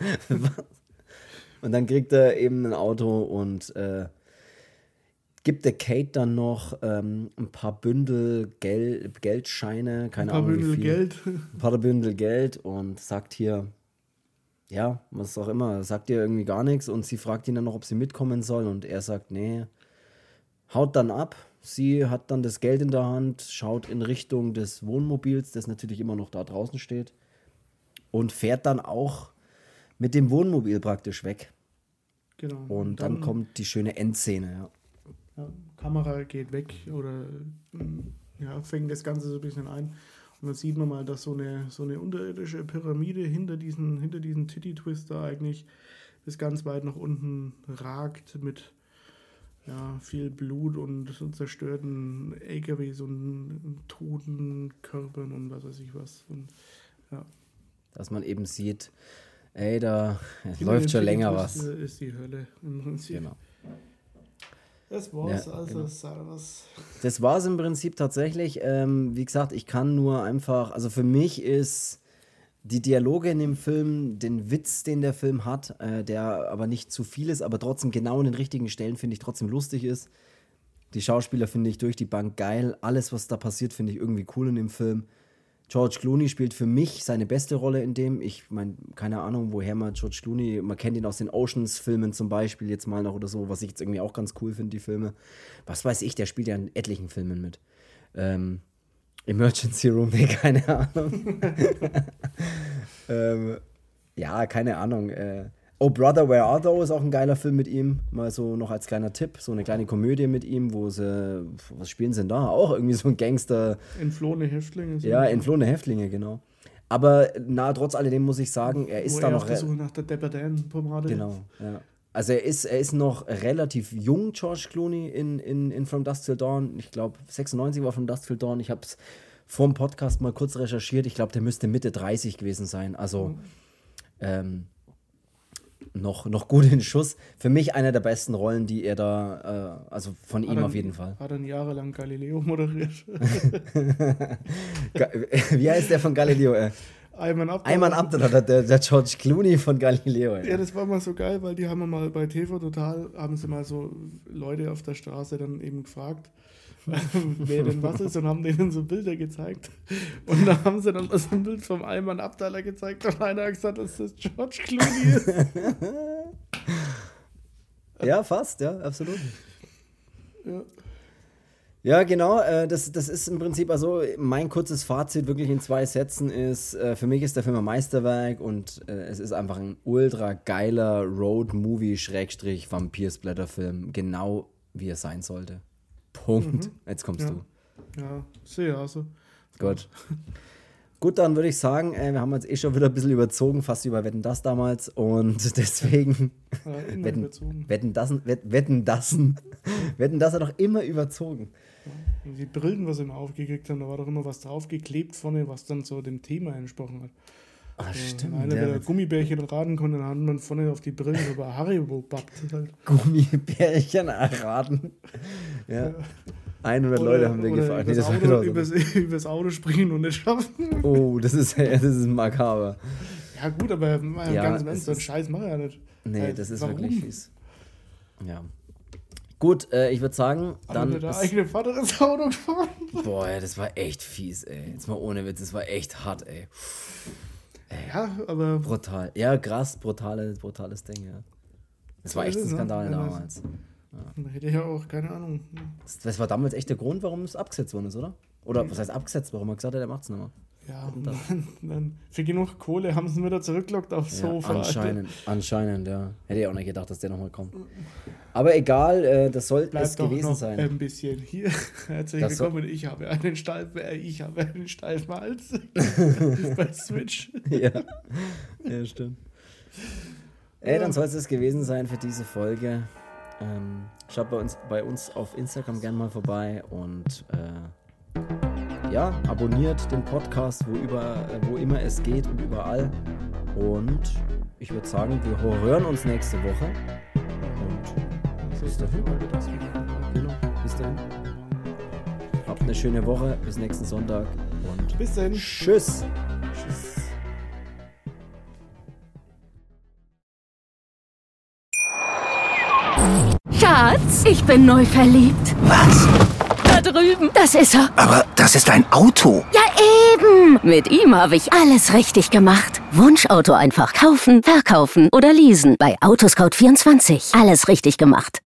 Und dann kriegt er eben ein Auto und gibt der Kate dann noch ein paar Bündel Geldscheine, keine Ahnung wie viel. Ein paar Bündel Geld und sagt hier, ja, was auch immer, sagt ihr irgendwie gar nichts und sie fragt ihn dann noch, ob sie mitkommen soll und er sagt, nee, haut dann ab. Sie hat dann das Geld in der Hand, schaut in Richtung des Wohnmobils, das natürlich immer noch da draußen steht und fährt dann auch mit dem Wohnmobil praktisch weg. Genau. Und dann kommt die schöne Endszene, ja. Kamera geht weg oder fängt das Ganze so ein bisschen ein. Und dann sieht man mal, dass so eine unterirdische Pyramide hinter diesen Titty-Twister eigentlich bis ganz weit nach unten ragt mit viel Blut und zerstörten LKWs und toten Körpern und was weiß ich was. Und, ja. Dass man eben sieht, ey, da läuft schon länger was. Das ist die Hölle im Prinzip. Genau. Das war's, Das war's im Prinzip tatsächlich. Wie gesagt, ich kann nur einfach, also für mich ist die Dialoge in dem Film, den Witz, den der Film hat, der aber nicht zu viel ist, aber trotzdem genau in den richtigen Stellen, finde ich, trotzdem lustig ist. Die Schauspieler finde ich durch die Bank geil. Alles, was da passiert, finde ich irgendwie cool in dem Film. George Clooney spielt für mich seine beste Rolle in dem. Ich meine, keine Ahnung, woher man George Clooney, man kennt ihn aus den Oceans-Filmen zum Beispiel jetzt mal noch oder so, was ich jetzt irgendwie auch ganz cool finde, die Filme. Was weiß ich, der spielt ja in etlichen Filmen mit. Emergency Room, nee, keine Ahnung. Keine Ahnung. Oh Brother, Where Art Thou ist auch ein geiler Film mit ihm. Mal so noch als kleiner Tipp. So eine kleine Komödie mit ihm, was spielen sie denn da? Auch irgendwie so ein Gangster. Entflohene Häftlinge. Ja, entflohene Häftlinge, genau. Aber trotz alledem muss ich sagen, er ist da noch... Auf der Suche nach der Depperdän-Pomade. Genau, ja. Also er ist noch relativ jung, George Clooney, in From Dusk Till Dawn. Ich glaube, 96 war From Dusk Till Dawn. Ich habe es vor dem Podcast mal kurz recherchiert. Ich glaube, der müsste Mitte 30 gewesen sein. Also noch gut in Schuss. Für mich einer der besten Rollen, die er da, also von ihm auf jeden Fall. Hat er jahrelang Galileo moderiert. Wie heißt der von Galileo? Ayman Abdallah, der George Clooney von Galileo. Ja, das war mal so geil, weil die haben mal bei TV Total, haben sie mal so Leute auf der Straße dann eben gefragt, wer denn was ist und haben denen so Bilder gezeigt. Und da haben sie dann mal so ein Bild vom Ayman Abdallah gezeigt und einer hat gesagt, dass das George Clooney ist. Ja, fast, ja, absolut. Ja, genau. Das ist im Prinzip also mein kurzes Fazit wirklich in 2 Sätzen ist, für mich ist der Film ein Meisterwerk und es ist einfach ein ultra geiler Road-Movie-Vampir-Splatter-Film, genau wie er sein sollte. Punkt. Jetzt kommst du. Ja, sehe also. Gut. Gut, dann würde ich sagen, wir haben jetzt schon wieder ein bisschen überzogen, fast wie bei Wetten, das damals und deswegen Wetten, das hat doch immer überzogen. Die Brillen, was sie immer aufgekriegt haben, da war doch immer was draufgeklebt vorne, was dann so dem Thema entsprochen hat. Ach, stimmt. Einer, der Gummibärchen raten konnte, dann hat man vorne auf die Brillen über Haribo bappt. Halt. Gummibärchen erraten. Ja. 100 Leute haben wir gefragt. Übers Auto springen und nicht schaffen. Oh, das ist makaber. Ja gut, aber ganz im Ernst, so einen Scheiß mache ich ja nicht. Nee, das ist wirklich fies. Ja. Gut, ich würde sagen, dann... Aber der eigene Vater das Auto gefahren. Boah, ja, das war echt fies, ey. Jetzt mal ohne Witz, das war echt hart, ey. Ja, aber... Brutal. Ja, krass, brutales Ding, ja. Das war echt ein Skandal damals. Da hätte ich ja auch, keine Ahnung. Das war damals echt der Grund, warum es abgesetzt worden ist, oder? Oder was heißt abgesetzt, warum er gesagt hat, er macht es nicht mehr. Ja, dann für genug Kohle haben sie ihn wieder zurückgelockt aufs Sofa. Anscheinend, ja. Hätte ich auch nicht gedacht, dass der nochmal kommt. Aber egal, das sollte es gewesen sein. Ein bisschen hier. Herzlich willkommen, ich habe einen steifen Hals. Bei Switch. Ja, stimmt. Dann soll es gewesen sein für diese Folge. Schaut bei uns auf Instagram gerne mal vorbei und abonniert den Podcast, wo immer es geht und überall. Und ich würde sagen, wir hören uns nächste Woche. Und bis dahin. Genau, bis dahin. Habt eine schöne Woche, bis nächsten Sonntag und bis dann. Tschüss. Schatz, ich bin neu verliebt. Was? Da drüben. Das ist er. Aber das ist ein Auto. Ja, eben. Mit ihm habe ich alles richtig gemacht. Wunschauto einfach kaufen, verkaufen oder leasen. Bei Autoscout24. Alles richtig gemacht.